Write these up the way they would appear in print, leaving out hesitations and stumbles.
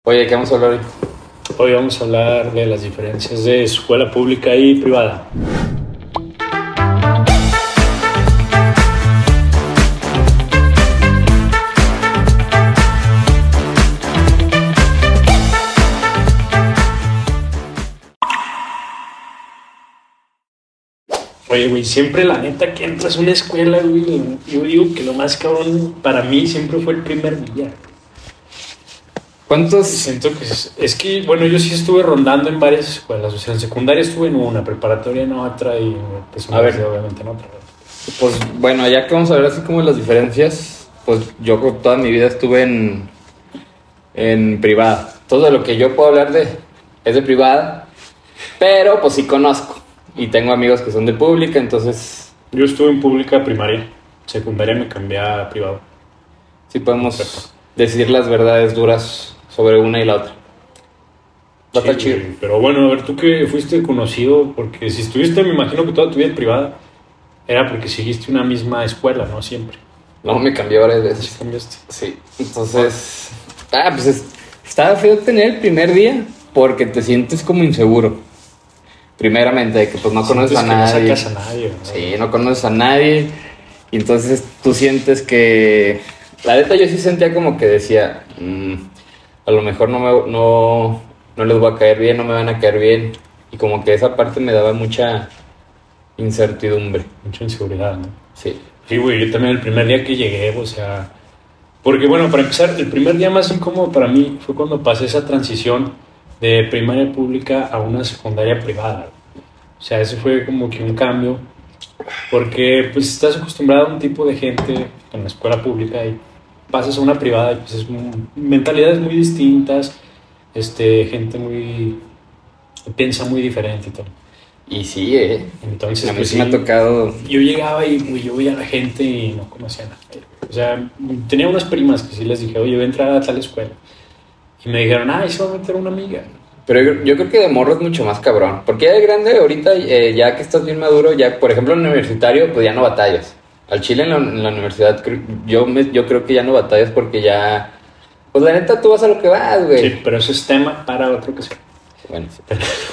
Oye, ¿qué vamos a hablar hoy? Hoy vamos a hablar de las diferencias de escuela pública y privada. Oye, güey, siempre la neta que entras a una escuela, güey, yo digo que lo más cabrón para mí siempre fue el primer día. ¿Cuántos? Siento que es que, bueno, yo sí estuve rondando en varias escuelas. O sea, en secundaria estuve en una, preparatoria en otra y pues A ver. obviamente en otra. Pues bueno, ya que vamos a ver así como las diferencias, pues yo toda mi vida estuve en privada. Todo lo que yo puedo hablar es de privada, pero pues sí conozco. Y tengo amigos que son de pública, entonces Yo estuve en pública primaria, secundaria me cambié a privado. sí podemos decir las verdades duras sobre una y la otra. Va a estar Sí, chido. güey, pero bueno, a ver, tú que fuiste conocido, porque si estuviste, me imagino que toda tu vida en privada, era porque seguiste una misma escuela, ¿no? Siempre. No, me cambié varias Así veces. cambiaste. Sí, entonces... estaba feo tener el primer día porque te sientes como inseguro. Primeramente, de que pues no conoces a Sientes que nadie. no sacas a nadie, ¿no? Sí, no conoces a nadie. Y entonces tú sientes que... La neta yo sí sentía como que decía, a lo mejor no les voy a caer bien, no me van a caer bien. Y como que esa parte me daba mucha incertidumbre. Mucha inseguridad, ¿no? Sí. Sí, güey, yo también el primer día que llegué, o sea... Porque bueno, para empezar, el primer día más incómodo para mí fue cuando pasé esa transición de primaria pública a una secundaria privada. O sea, ese fue como que un cambio, porque pues estás acostumbrado a un tipo de gente en la escuela pública y pasas a una privada y pues mentalidades muy distintas, gente muy... piensa muy diferente y todo. Y sí, Entonces, a mí pues sí me ha sí, tocado... yo llegaba y güey, yo veía a la gente y no conocía a nadie. O sea, tenía unas primas que sí les dije, oye, voy a entrar a tal escuela. Y me dijeron, ay, se va a meter una amiga. Pero yo creo que de morro es mucho más cabrón. Porque ya de grande, ahorita, ya que estás bien maduro, ya, por ejemplo, en el universitario, pues ya no batallas. Al chile en la universidad, yo creo que ya no batallas porque ya... Pues la neta, tú vas a lo que vas, güey. Sí, pero eso es tema para otro que sea. Bueno, sí.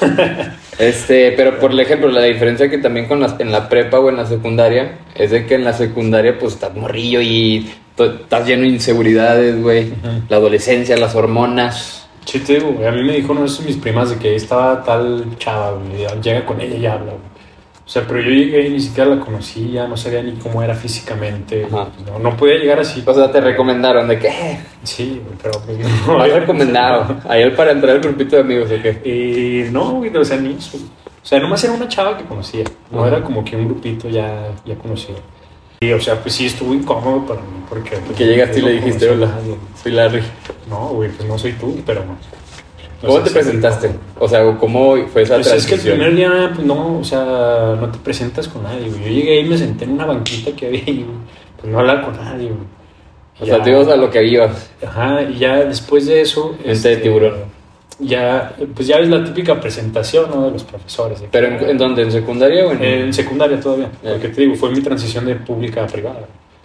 Pero por ejemplo, la diferencia que también en la prepa o en la secundaria es de que en la secundaria, pues estás morrillo y estás lleno de inseguridades, güey. Ujú. La adolescencia, las hormonas. Sí, te digo, güey, a mí me dijo una vez mis primas de que ahí estaba tal chava, güey, llega con ella y habla, güey. O sea, pero yo llegué y ni siquiera la conocía, no sabía ni cómo era físicamente. Ajá. No podía llegar así. O sea, te recomendaron de que, Sí, güey, pero pues no. vas recomendado. Ahí para entrar al grupito de amigos, ¿o qué? Y no, güey, o sea, ni eso. O sea, nomás era una chava que conocía. No Ajá. era como que un grupito ya conocido. Y, o sea, pues sí estuvo incómodo para mí porque... pues, Que llegaste y yo le no dijiste, conocía a hola, nadie. soy Larry. No, güey, pues no soy tú, pero... o ¿Cómo sea, te sí, presentaste? O sea, ¿cómo fue esa pues es que el transición? primer día, pues no, o sea, no te presentas con nadie, güey. Yo llegué y me senté en una banquita que había y pues no hablaba con nadie, güey. O sea, tú ibas a lo que ibas. Ajá, y ya después de eso... Mente de tiburón. Ya, pues ya ves la típica presentación, ¿no? De los profesores. De que, ¿Pero en dónde? ¿En secundaria o en secundaria todavía, Ya. porque te digo, fue mi transición de pública a privada.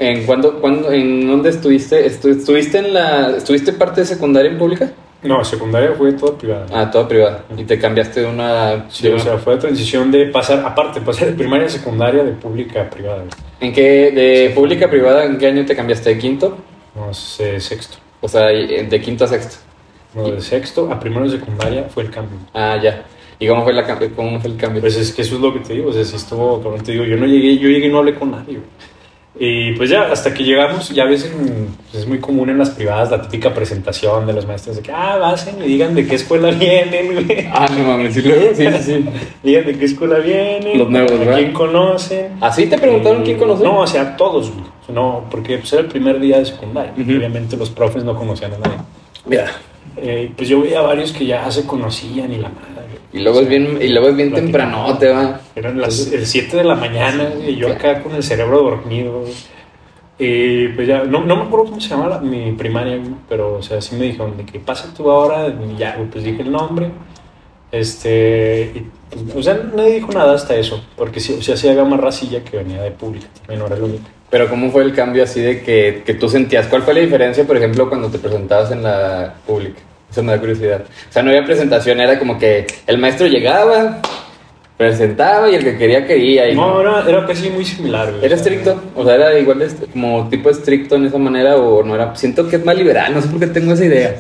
en dónde estuviste? ¿Estuviste parte de secundaria en pública? No, secundaria fue toda privada. Ah, toda privada. Y te cambiaste de una... Sí, o sea, fue la transición de pasar de primaria a secundaria de pública a privada. de pública a privada, ¿en qué año te cambiaste? ¿De quinto? No sé, sexto. O sea, de quinto a sexto. No, de sexto a primero de secundaria fue el cambio. Ah, ya. ¿Y cómo fue el cambio? Pues es que eso es lo que te digo, o sea, si estuvo, como te digo, yo llegué y no hablé con nadie, güey. Y pues ya, hasta que llegamos, ya ves, pues es muy común en las privadas la típica presentación de los maestros de que, pasen y digan de qué escuela vienen, güey. Ah, no mames, ¿y luego? Sí, sí, sí. Digan de qué escuela vienen, Los nuevos, a ¿verdad? quién conocen. ¿Así te preguntaron quién conocen? No, o sea, todos, güey. No, porque pues, era el primer día de secundaria. Ujú. Obviamente los profes no conocían a nadie. Mira. Pues yo veía varios que ya se conocían y la madre. Y luego es bien Platicando. tempranote, va. Eran el 7 de la mañana y yo acá con el cerebro dormido. Y pues ya, no me acuerdo cómo se llama mi primaria, güey, pero o sea, sí me dijeron de que pasa tú ahora, y ya, güey, pues dije el nombre. Y, pues, o sea, nadie dijo nada hasta eso, porque sí, o sea, sí había más racilla que venía de pública, también no era el único. Pero ¿cómo fue el cambio así de que tú sentías? ¿Cuál fue la diferencia, por ejemplo, cuando te presentabas en la pública? Eso me da curiosidad. O sea, no había presentación, era como que el maestro llegaba, presentaba y el que quería. Y no, era casi muy similar, güey. ¿Era estricto? O sea, ¿era igual como tipo estricto en esa manera o no era? Siento que es más liberal, no sé por qué tengo esa idea.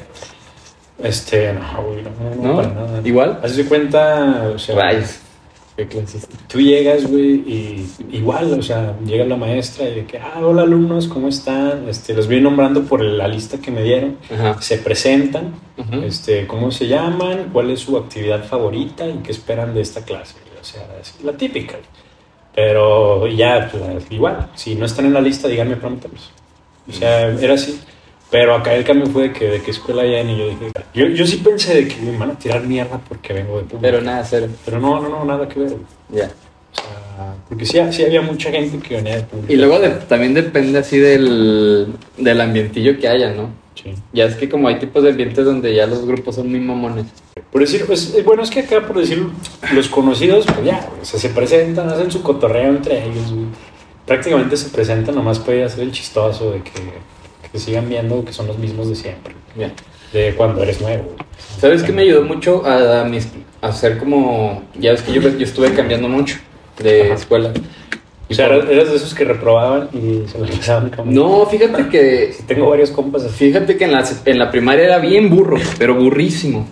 No, güey, no, para nada. ¿Igual? Haz de cuenta, o sea... Rayos. Qué clasista. Tú llegas, güey, y igual, o sea, llega la maestra y de que, hola alumnos, ¿cómo están? Los voy nombrando por la lista que me dieron. Ajá. Se presentan, Ajá. cómo se llaman, cuál es su actividad favorita y qué esperan de esta clase. O sea, es la típica. Pero ya, pues, igual, si no están en la lista, díganme pronto. O sea, era así. Pero acá el cambio fue de qué escuela ya y yo dije... Yo sí pensé de que me van a tirar mierda porque vengo de pública. Pero nada, cero. Pero no, nada que ver. Ya. O sea, porque sí había mucha gente que venía de pública. Y luego también depende así del ambientillo que haya, ¿no? Sí. Ya es que como hay tipos de ambientes donde ya los grupos son muy mamones. Por decir, pues, bueno, es que acá, por decir, los conocidos, pues ya, o sea, se presentan, hacen su cotorreo entre ellos, güey. Prácticamente se presentan nomás para ir a hacer el chistoso de que sigan viendo que son los mismos de siempre. Ya. De cuando eres nuevo. ¿Sabes qué me ayudó mucho a hacer como... Ya ves que yo estuve cambiando mucho de escuela. O sea, eras de esos que reprobaban y se lo regresaban como... No, fíjate que... Tengo varios compas así. Fíjate que en la primaria era bien burro, pero burrísimo.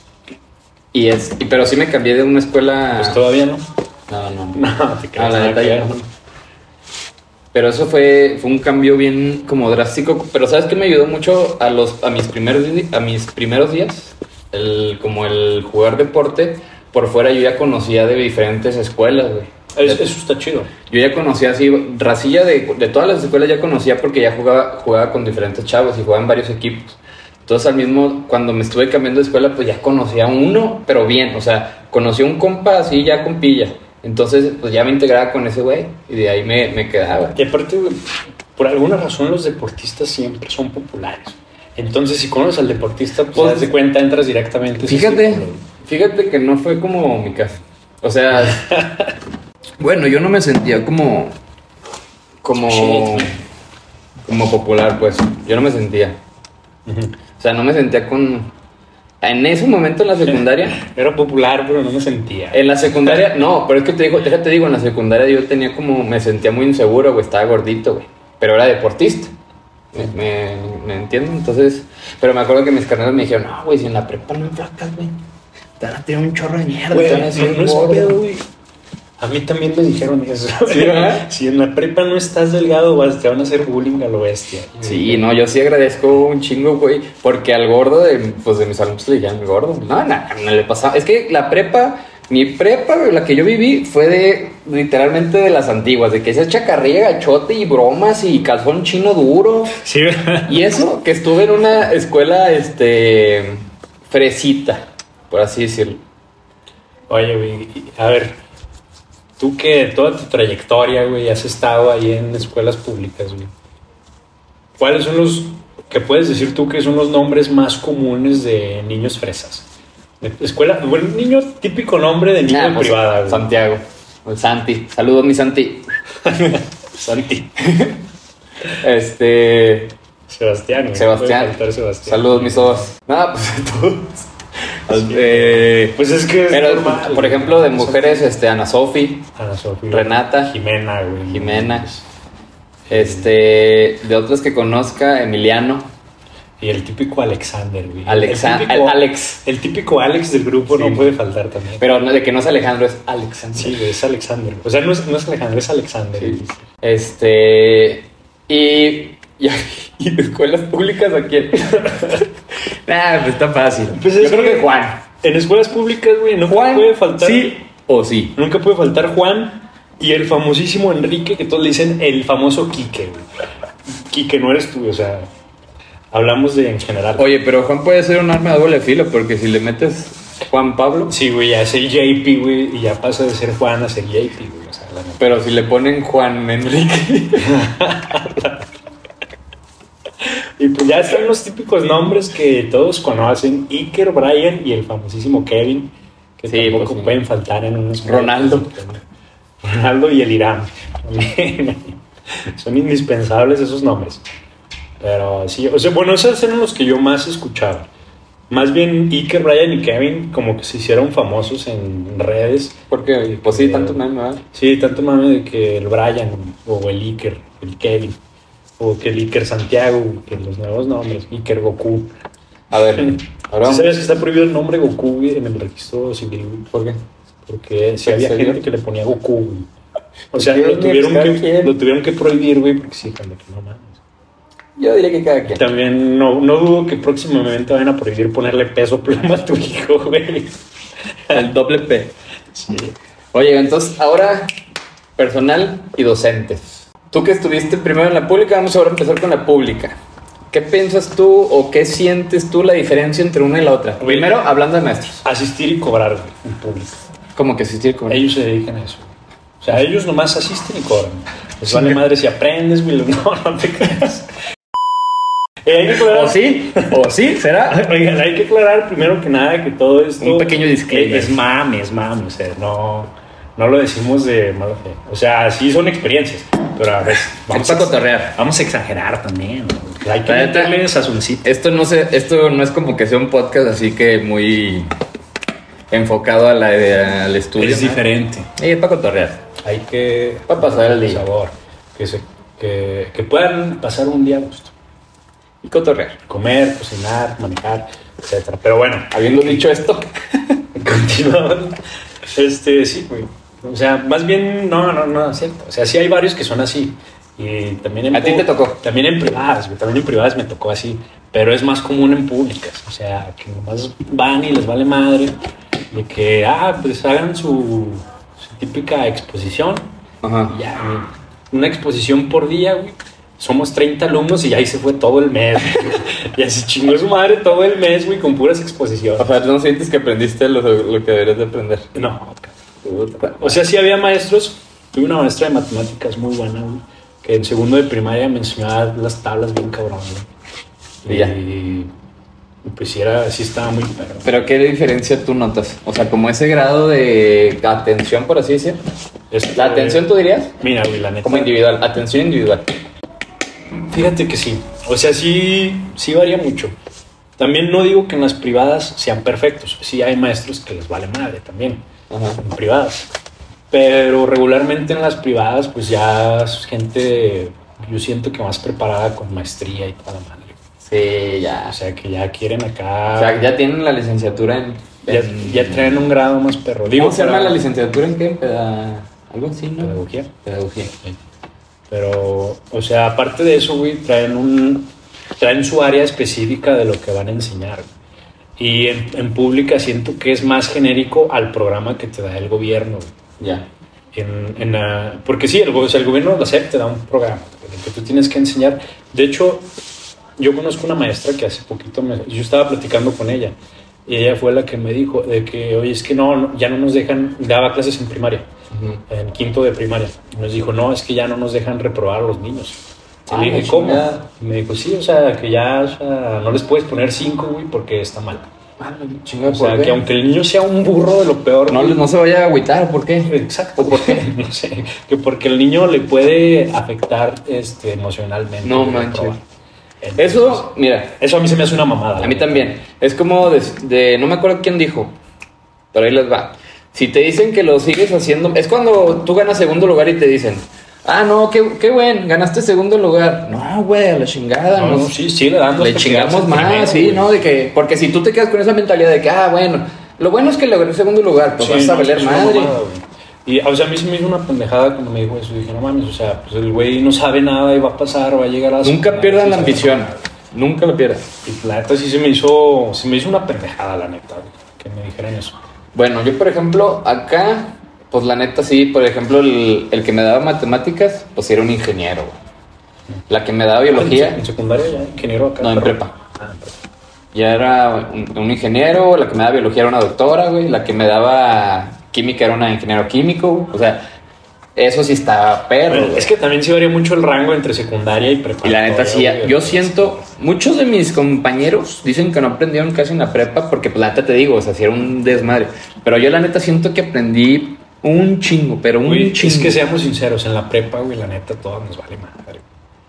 Pero sí me cambié de una escuela... Pues todavía no. No, te creas. la neta ya no. Pero eso fue un cambio bien como drástico. Pero ¿sabes qué me ayudó mucho a mis primeros días? Como el jugar deporte. Por fuera yo ya conocía de diferentes escuelas, güey. Eso está chido. Yo ya conocía así, racilla de todas las escuelas ya conocía porque ya jugaba con diferentes chavos y jugaba en varios equipos. Entonces cuando me estuve cambiando de escuela, pues ya conocía a uno, pero bien. O sea, conocí a un compa así ya con pilla. Entonces, pues ya me integraba con ese güey y de ahí me quedaba. Y aparte, güey, por alguna razón los deportistas siempre son populares. Entonces, si conoces al deportista, pues das de cuenta, entras directamente. Fíjate que no fue como mi caso. O sea, bueno, yo no me sentía como popular, pues. Yo no me sentía. Uh-huh. O sea, no me sentía en ese momento en la secundaria. Era popular, pero no me sentía. En la secundaria, no, pero es que déjate digo, en la secundaria yo me sentía muy inseguro, güey, estaba gordito, güey. Pero era deportista. ¿Me entiendo? Entonces, pero me acuerdo que mis carnales me dijeron, no, güey, si en la prepa no enflacas, güey, te van a tirar un chorro de mierda. Güey, te van a decir no es pedo, güey. A mí también me dijeron eso. ¿Sí, verdad? Si en la prepa no estás delgado, te van a hacer bullying a lo bestia. Sí, no, yo sí agradezco un chingo, güey, porque al gordo de mis alumnos le llaman gordo. No le pasaba. Es que mi prepa, la que yo viví, fue literalmente de las antiguas, de que esa chacarrilla, gachote y bromas y calzón chino duro. Sí, ¿verdad? Y eso, que estuve en una escuela, fresita, por así decirlo. Oye, güey, a ver... Tú que toda tu trayectoria, güey, has estado ahí en escuelas públicas, güey. ¿Cuáles son que puedes decir tú que son los nombres más comunes de niños fresas? De escuela, bueno, niño, típico nombre de niño pues, privada, güey. Santiago, el Santi. Saludos, mi Santi. Santi. Sebastián. Güey. Sebastián. Saludos, mis ojos. Nada, pues todos. Pues es que pero, normal, por ejemplo, de mujeres, Ana Sofi, Renata, Jimena, güey. Jimena. De otros que conozca, Emiliano. Y el típico Alexander, güey. Alex. El típico Alex del grupo, sí, no puede faltar también. Pero de que no es Alejandro, es Alexander. Sí, es Alexander. O sea, no es Alejandro, es Alexander. Sí. Y de escuelas públicas, ¿a quién? Pues está fácil. Pues yo creo que Juan. En escuelas públicas, güey, no puede faltar. Sí o sí. Nunca puede faltar Juan y el famosísimo Enrique, que todos le dicen el famoso Quique, güey. Quique, no eres tú, o sea, hablamos de en general. Oye, pero Juan puede ser un arma de doble filo, porque si le metes Juan Pablo. Sí, güey, ya es el JP, güey, y ya pasa de ser Juan a ser JP, güey. O sea, pero si le ponen Juan Enrique. Y pues ya están los típicos nombres que todos conocen: Iker, Brian y el famosísimo Kevin, que sí, tampoco pues, pueden faltar en unos... Ronaldo y el Irán. Son indispensables esos nombres. Pero sí, o sea, bueno, esos eran los que yo más escuchaba. Más bien Iker, Brian y Kevin como que se hicieron famosos en redes. Porque, pues sí, tanto meme, ¿verdad? Sí, tanto mame de que el Brian o el Iker, el Kevin, o que el Iker Santiago, que los nuevos nombres, Iker Goku. A ver, ahora ¿Sí sabías que está prohibido el nombre Goku, güey, en el registro civil, güey? ¿por qué? Porque si había serio? gente que le ponía Goku, güey. O sea, Sí, lo ¿quién? tuvieron que prohibir, güey, porque sí, cuando que no mames. Yo diría que cada quien. También no dudo que próximamente vayan a prohibir ponerle peso pluma a tu hijo, güey. El doble P. Sí. Oye, entonces, ahora, personal y docentes. Tú que estuviste primero en la pública, vamos ahora a empezar con la pública. ¿Qué piensas tú o qué sientes tú la diferencia entre una y la otra? Primero, hablando de maestros. Asistir y cobrar, güey, en público. ¿Cómo que asistir con Ellos se dedican a eso. O sea, ellos nomás asisten y cobran. Les vale madre si aprendes, güey. No te creas. Hay que aclarar, ¿O sí? ¿Será? oigan, hay que aclarar primero que nada que todo esto Un pequeño disclaimer. es mame, o sea, no lo decimos de mala fe. O sea, sí son experiencias, pero a veces Vamos a cotorrear. vamos a exagerar también, ¿no? Hay que La neta, meterle sazoncito. Esto no es como que sea un podcast así que muy enfocado al estudio. Es ¿no? diferente. Sí, es para cotorrear. Hay que Para pasar el día. sabor, que puedan pasar un día a gusto. Y cotorrear. Comer, cocinar, manejar, etcétera. Pero bueno, Habiendo dicho esto, continuando. Sí, güey. O sea, más bien, no, es cierto. O sea, sí hay varios que son así. Y también en ¿A ti te tocó? También en privadas, güey. También en privadas me tocó así. Pero es más común en públicas. O sea, que nomás van y les vale madre. De que, pues hagan su típica exposición. ajá. Y ya, güey. Una exposición por día, güey. Somos 30 alumnos y ahí se fue todo el mes. Y así chingó su madre todo el mes, güey, con puras exposiciones. O sea, ¿no sientes que aprendiste lo que deberías de aprender? No, puta. O sea, sí había maestros. Tuve una maestra de matemáticas muy buena, güey, que en segundo de primaria me enseñaba las tablas bien cabrón, güey. Y ya. Y pues sí estaba muy perro. ¿Pero qué diferencia tú notas? O sea, como ese grado de atención, por así decir. ¿La atención tú dirías? Mira, güey, la neta. Como individual, atención individual. Fíjate que sí. O sea, sí varía mucho. También no digo que en las privadas sean perfectos. Sí hay maestros que les vale madre también. Ajá. En privadas. Pero regularmente en las privadas, pues ya es gente, yo siento que más preparada con maestría y toda la madre. Sí, ya. O sea, que ya quieren acá. O sea, ya tienen la licenciatura en... Ya traen un grado más perro. ¿Cómo se llama la licenciatura en qué? Algo así, ¿no? Pedagogía. Pedagogía. Sí. Pero, o sea, aparte de eso, güey, traen su área específica de lo que van a enseñar. Y en pública siento que es más genérico al programa que te da el gobierno, güey. Ya. Porque sí, el gobierno lo acepta, te da un programa en el que tú tienes que enseñar. De hecho, yo conozco una maestra que hace poquito yo estaba platicando con ella y ella fue la que me dijo de que, oye, es que ya no nos dejan, daba clases en primaria, en quinto de primaria, y nos dijo, no, es que ya no nos dejan reprobar a los niños. Y le dije, ¿cómo? Y me dijo, sí, o sea, que ya no les puedes poner 5, güey, porque está mal. O sea, que aunque el niño sea un burro de lo peor, no se vaya a agüitar, ¿por qué? Exacto. ¿O por qué? No sé. Que porque el niño le puede afectar emocionalmente. No manches. Eso, mira. Eso a mí se me hace una mamada. A mí también. Es como no me acuerdo quién dijo, pero ahí les va. Si te dicen que lo sigues haciendo, es cuando tú ganas segundo lugar y te dicen, no, qué buen, ganaste segundo lugar. No, güey, a la chingada. No, sí, le chingamos más, sí, ¿no? Porque si tú te quedas con esa mentalidad de que, bueno, lo bueno es que logré segundo lugar, pues vas a valer madre. Y, o sea, a mí se me hizo una pendejada cuando me dijo eso. Dije, no mames, o sea, pues el güey no sabe nada y va a pasar, va a llegar a... Nunca pierdan la ambición. Nunca la pierdan. Y la neta sí se me hizo una pendejada, la neta, que me dijeran eso. Bueno, yo, por ejemplo, acá, pues la neta sí, por ejemplo, el que me daba matemáticas, pues era un ingeniero, güey. La que me daba biología... ¿En secundaria ya? ¿Ingeniero acá? No, en prepa. Ya era un ingeniero, la que me daba biología era una doctora, güey. La que me daba química era una ingeniero químico, güey. O sea, eso sí está perro. Bueno, es que también sí varía mucho el rango entre secundaria y prepa. Y la neta sí, yo siento, muchos de mis compañeros dicen que no aprendieron casi en la prepa porque, pues la neta te digo, o sea, sí era un desmadre. Pero yo la neta siento que aprendí un chingo, pero un chingo. Es que seamos sinceros, en la prepa, güey, la neta, todo nos vale madre.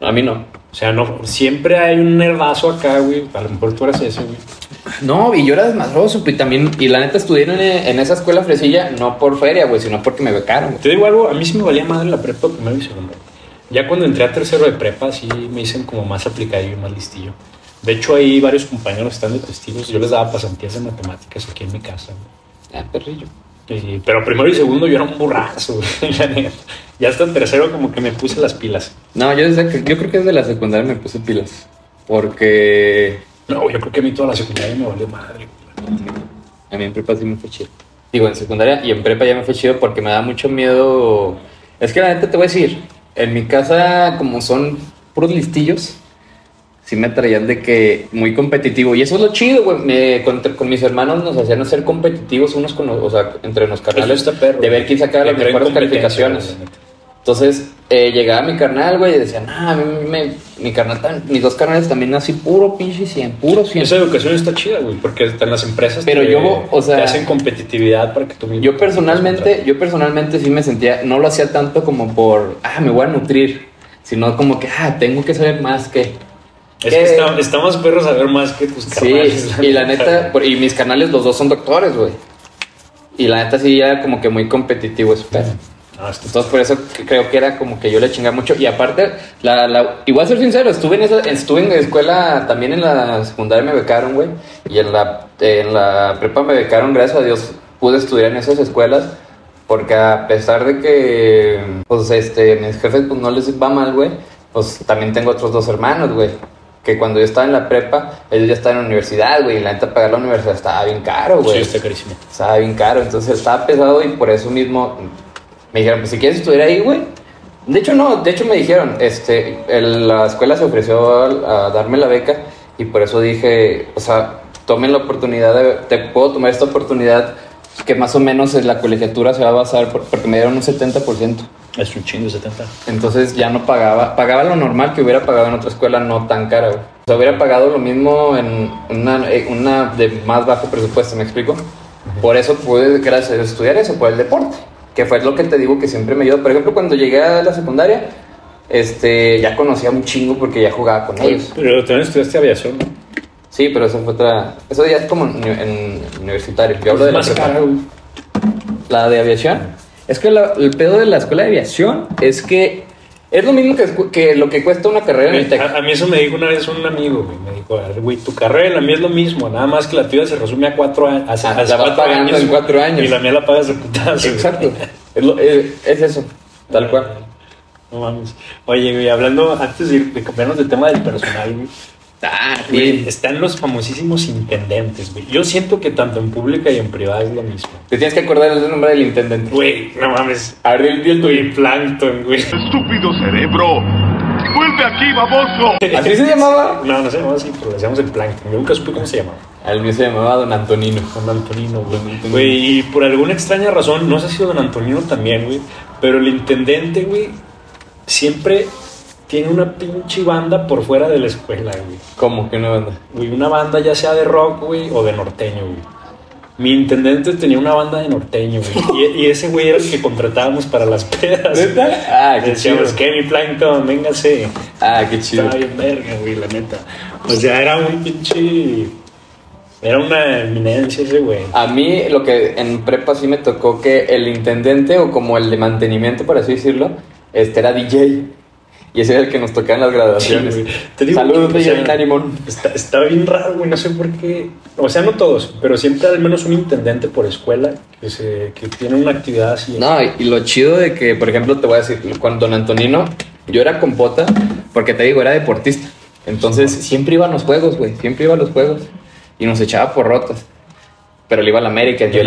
A mí no. O sea, no, siempre hay un nerdazo acá, güey. A lo mejor tú eras ese, güey. No, y yo era desmadroso, y también, y la neta estudié en esa escuela fresilla, no por feria, güey, sino porque me becaron, güey. Te digo algo, a mí sí me valía madre la prepa primero y segundo. Ya cuando entré a tercero de prepa, sí me dicen como más aplicadillo y más listillo. De hecho, ahí varios compañeros están de testigos. Yo les daba pasantías de matemáticas aquí en mi casa, güey. Ah, perrillo. Pero primero y segundo yo era un burrazo, güey. Ya hasta tercero como que me puse las pilas. No, yo creo que desde la secundaria me puse pilas. Porque... No, yo creo que a mí toda la secundaria me valió madre, güey. A mí en prepa sí me fue chido. Digo, en secundaria y en prepa ya me fue chido porque me da mucho miedo. Es que la neta te voy a decir, en mi casa como son puros listillos, sí me traían de que muy competitivo. Y eso es lo chido, güey. Con mis hermanos nos hacían ser competitivos unos con los, o sea, entre los carnales, de ver quién sacaba las mejores calificaciones. Entonces, llegaba mi carnal, güey, y decía, nah, mi carnal, mis dos carnales también así puro pinche 100, puro 100. Esa educación está chida, güey, porque están las empresas pero yo, o sea, te hacen competitividad para que tú mismo... Yo personalmente sí me sentía, no lo hacía tanto como por, me voy a nutrir, sino como que, tengo que saber más que... Es que está más perro saber más que tus carnales. Sí, y la neta, y mis canales los dos son doctores, güey. Y la neta sí era como que muy competitivo eso, pero... Entonces por eso creo que era como que yo le chingaba mucho. Y aparte, y voy a ser sincero, estuve en la escuela, también en la secundaria me becaron, güey. Y en la prepa me becaron, gracias a Dios pude estudiar en esas escuelas. Porque a pesar de que, pues, mis jefes pues no les va mal, güey, pues también tengo otros dos hermanos, güey. Que cuando yo estaba en la prepa, ellos ya estaban en la universidad, güey. Y la neta, pagar la universidad estaba bien caro, güey. Sí, está carísimo. Estaba bien caro, entonces estaba pesado y por eso mismo... Me dijeron, pues si quieres estudiar ahí, güey. De hecho me dijeron, la escuela se ofreció a darme la beca y por eso dije, o sea, tomen la oportunidad, te puedo tomar esta oportunidad que más o menos en la colegiatura se va a basar, porque me dieron un 70%. Es un chingo, 70. Entonces ya no pagaba lo normal que hubiera pagado en otra escuela no tan cara, güey. O sea, hubiera pagado lo mismo en una de más bajo presupuesto, ¿me explico? Por eso pude, gracias a estudiar eso, por el deporte. Que fue lo que te digo que siempre me ayudó. Por ejemplo, cuando llegué a la secundaria, ya conocía un chingo porque ya jugaba con ellos. Pero también estudiaste aviación, ¿no? Sí, pero eso fue otra... Eso ya es como en universitario. Yo hablo de la prepa. La de aviación. Es que el pedo de la escuela de aviación es que es lo mismo que lo que cuesta una carrera en el TEC. A mí eso me dijo una vez un amigo, güey. Me dijo, güey, tu carrera y la mía es lo mismo. Nada más que la tuya se resume a 4 años. La vas pagando en 4 años. Y la mía la pagas de putazo. Exacto. Es eso, tal cual. No mames. Oye, güey, hablando, antes de cambiarnos de tema del personal, güey. Güey, están los famosísimos intendentes, güey. Yo siento que tanto en pública y en privada es lo mismo. Te tienes que acordar del nombre del intendente. Güey, no mames. A ver, el güey, Plankton, güey. ¡Estúpido cerebro! ¡Vuelve aquí, baboso! ¿Así se llamaba? No se llamaba así, pero le decíamos el Plankton. Yo nunca supe cómo se llamaba. Al mío se llamaba Don Antonino. Don Antonino, güey. Güey, y por alguna extraña razón, no sé si Don Antonino también, güey, pero el intendente, güey, siempre tiene una pinche banda por fuera de la escuela, güey. ¿Cómo que una banda? Güey, una banda ya sea de rock, güey, o de norteño, güey. Mi intendente tenía una banda de norteño, güey. Y ese güey era el que contratábamos para las pedas. ¿Neta? Qué decíamos, chido. ¿qué, mi Plankton? Véngase. Qué chido. Estaba bien verga, güey, la neta. O sea, era un pinche... Era una eminencia ese güey. A mí lo que en prepa sí me tocó que el intendente, o como el de mantenimiento, por así decirlo, era DJ. Y ese era el que nos tocaba en las graduaciones. Sí, te digo, saludos, DJ Narimón. Está bien raro, güey, no sé por qué. O sea, no todos, pero siempre al menos un intendente por escuela que tiene una actividad así. No, y lo chido de que, por ejemplo, te voy a decir, cuando Don Antonino, yo era compota, porque te digo, era deportista. Entonces siempre iba a los juegos, güey, siempre iba a los juegos. Y nos echaba porrotas. Pero le iba al América, yo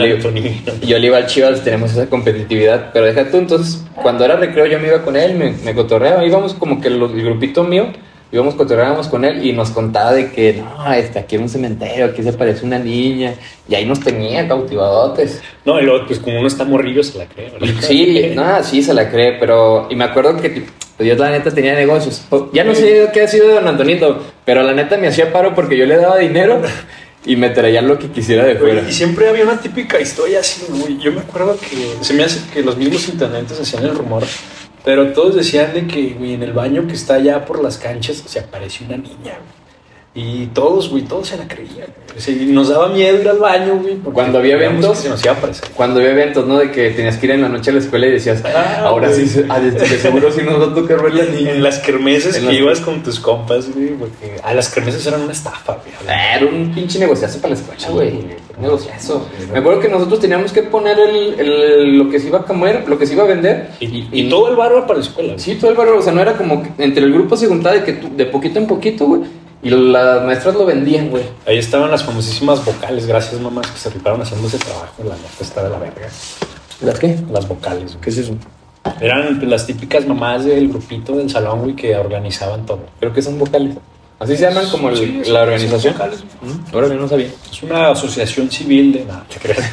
le iba al Chivas, tenemos esa competitividad. Pero deja tú, entonces, cuando era recreo yo me iba con él, me cotorreaba. Íbamos como que el grupito mío, cotorreábamos con él y nos contaba de que, no, aquí era un cementerio, aquí se parece una niña. Y ahí nos tenía cautivadotes. No, y luego, pues como uno está morrillo, se la cree, ¿verdad? Sí, sí se la cree, pero... Y me acuerdo que Dios, la neta, tenía negocios. Ya no sé qué ha sido de Don Antonito, pero la neta me hacía paro porque yo le daba dinero y me traía lo que quisiera de fuera. Y siempre había una típica historia así, güey. Yo me acuerdo que se me hace que los mismos intendentes hacían el rumor Pero todos decían de que, güey, en el baño que está allá por las canchas se apareció una niña, güey. Y todos, güey, todos se la creían. O sea, y nos daba miedo ir al baño, güey. Cuando había eventos, que se nos iba a aparecer. Cuando había eventos, ¿no? De que tenías que ir en la noche a la escuela y decías, ahora güey. sí, de seguro sí nos va a tocar ver la niña. En las kermeses En que las- ibas con tus compas, güey, porque las kermeses eran una estafa, güey. Era un pinche negociazo para la escuela, güey. Un negociazo. Me acuerdo que nosotros teníamos que poner lo que se iba a comer, lo que se iba a vender. Y todo el barro para la escuela, güey. Sí, todo el barrio, o sea, no era como que entre el grupo se juntaba de que de poquito en poquito, güey. Y las maestras lo vendían, güey. Ahí estaban las famosísimas vocales, gracias mamás, que se rifaron haciendo ese trabajo. La neta está de la verga. ¿Las qué? Las vocales, güey. ¿Qué es eso? Eran las típicas mamás del grupito del salón, güey, que organizaban todo. Creo que son vocales. Así se llaman como Sí, la organización. son vocales, güey. Ahora yo no sabía. Es una asociación civil de... No, te creas.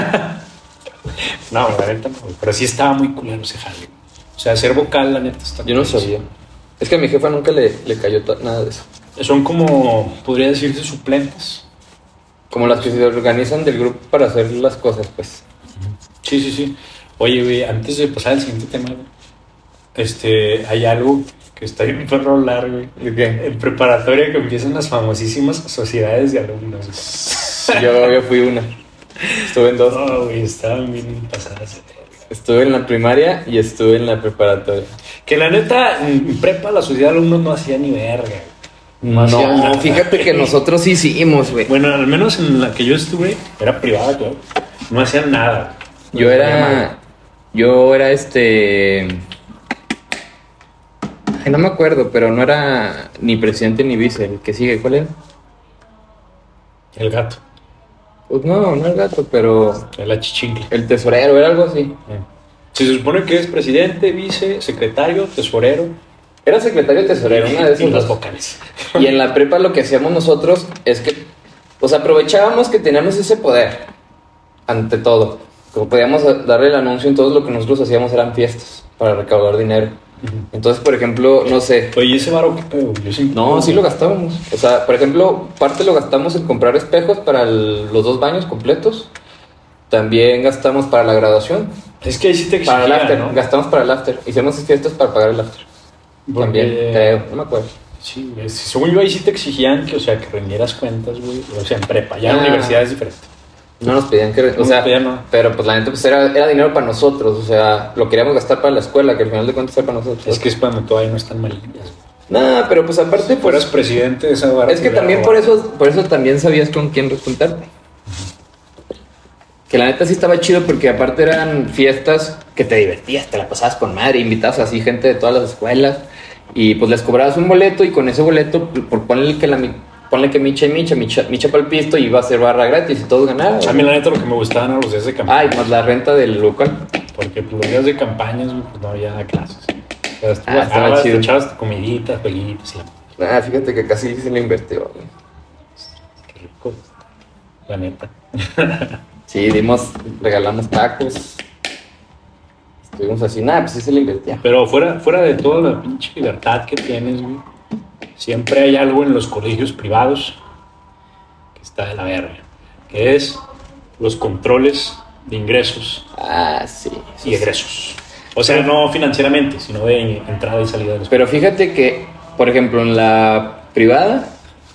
No, la neta no, güey. Pero sí estaba muy culero ese jale, güey. O sea, ser vocal, la neta está Yo no culerísimo. sabía. Es que a mi jefa nunca le cayó nada de eso. Son como, podría decirse, suplentes. Como las que se organizan del grupo para hacer las cosas, pues. Sí, sí, sí. Oye, güey, antes de pasar al siguiente tema, güey, hay algo que está bien perro hablar, güey. ¿De qué? En preparatoria que empiezan las famosísimas sociedades de alumnos. Yo fui una. Estuve en dos. No, güey, estaban bien pasadas. Estuve en la primaria y estuve en la preparatoria. Que la neta, en prepa la sociedad de alumnos no hacía ni verga, güey. No, hacían nada. fíjate que nosotros sí hicimos, güey. Bueno, al menos en la que yo estuve, era privada, claro. No hacían nada. Yo era Ay, no me acuerdo, pero no era ni presidente ni vice. El que sigue, ¿cuál era? El gato, Pues no el gato, pero el achichincle. el tesorero, era algo así. Se supone que es presidente, vice, secretario, tesorero Era secretario tesorero, una de y esas las dos. vocales. Y en la prepa lo que hacíamos nosotros es que, pues aprovechábamos que teníamos ese poder, ante todo. Como podíamos darle el anuncio, entonces lo que nosotros hacíamos eran fiestas para recaudar dinero. Entonces, por ejemplo, no sé. Oye, ese varo, ¿qué pedo? Yo siempre... No, sí lo gastábamos. O sea, por ejemplo, parte lo gastamos en comprar espejos para los 2 baños completos. También gastamos para la graduación. Es que ahí sí te exigían, Para el after, ¿no? Gastamos para el after. Hicimos fiestas para pagar el after. Porque- También, creo, no me acuerdo. Sí, según yo ahí sí te exigían que, o sea, que rendieras cuentas, güey. O sea, en prepa. Ya en la universidad es diferente. No nos pedían que... No O sea, nos pedían nada. pero pues la neta pues era dinero para nosotros. O sea, lo queríamos gastar para la escuela, que al final de cuentas era para nosotros. Es que es cuando todavía no están malillas, güey. No, pero pues aparte, Si fueras pues... presidente de esa vara. Es que también por eso también sabías con quién juntarte. Que la neta sí estaba chido porque aparte eran fiestas que te divertías, te la pasabas con madre, invitabas así gente de todas las escuelas y pues les cobrabas un boleto y con ese boleto, ponle que micha para el pisto y iba a ser barra gratis y todos ganaban. A mí la neta lo que me gustaban eran los días de campaña. Ay, más la renta del local. Porque pues, los días de campañas, güey, pues no había clases. O sea, tú Ah, estaba bajabas, chido. te echabas tu comidita, jueguitos y la... Fíjate que casi se le invirtió. Güey. Qué rico. La neta. Sí, regalamos tacos. Estuvimos así, pues sí se le invertía. Pero fuera de toda la pinche libertad que tienes, güey, siempre hay algo en los colegios privados que está de la verga, que es los controles de ingresos Sí. y egresos. O sea, no financieramente, sino de entrada y salida de los... Pero fíjate que, por ejemplo, en la privada,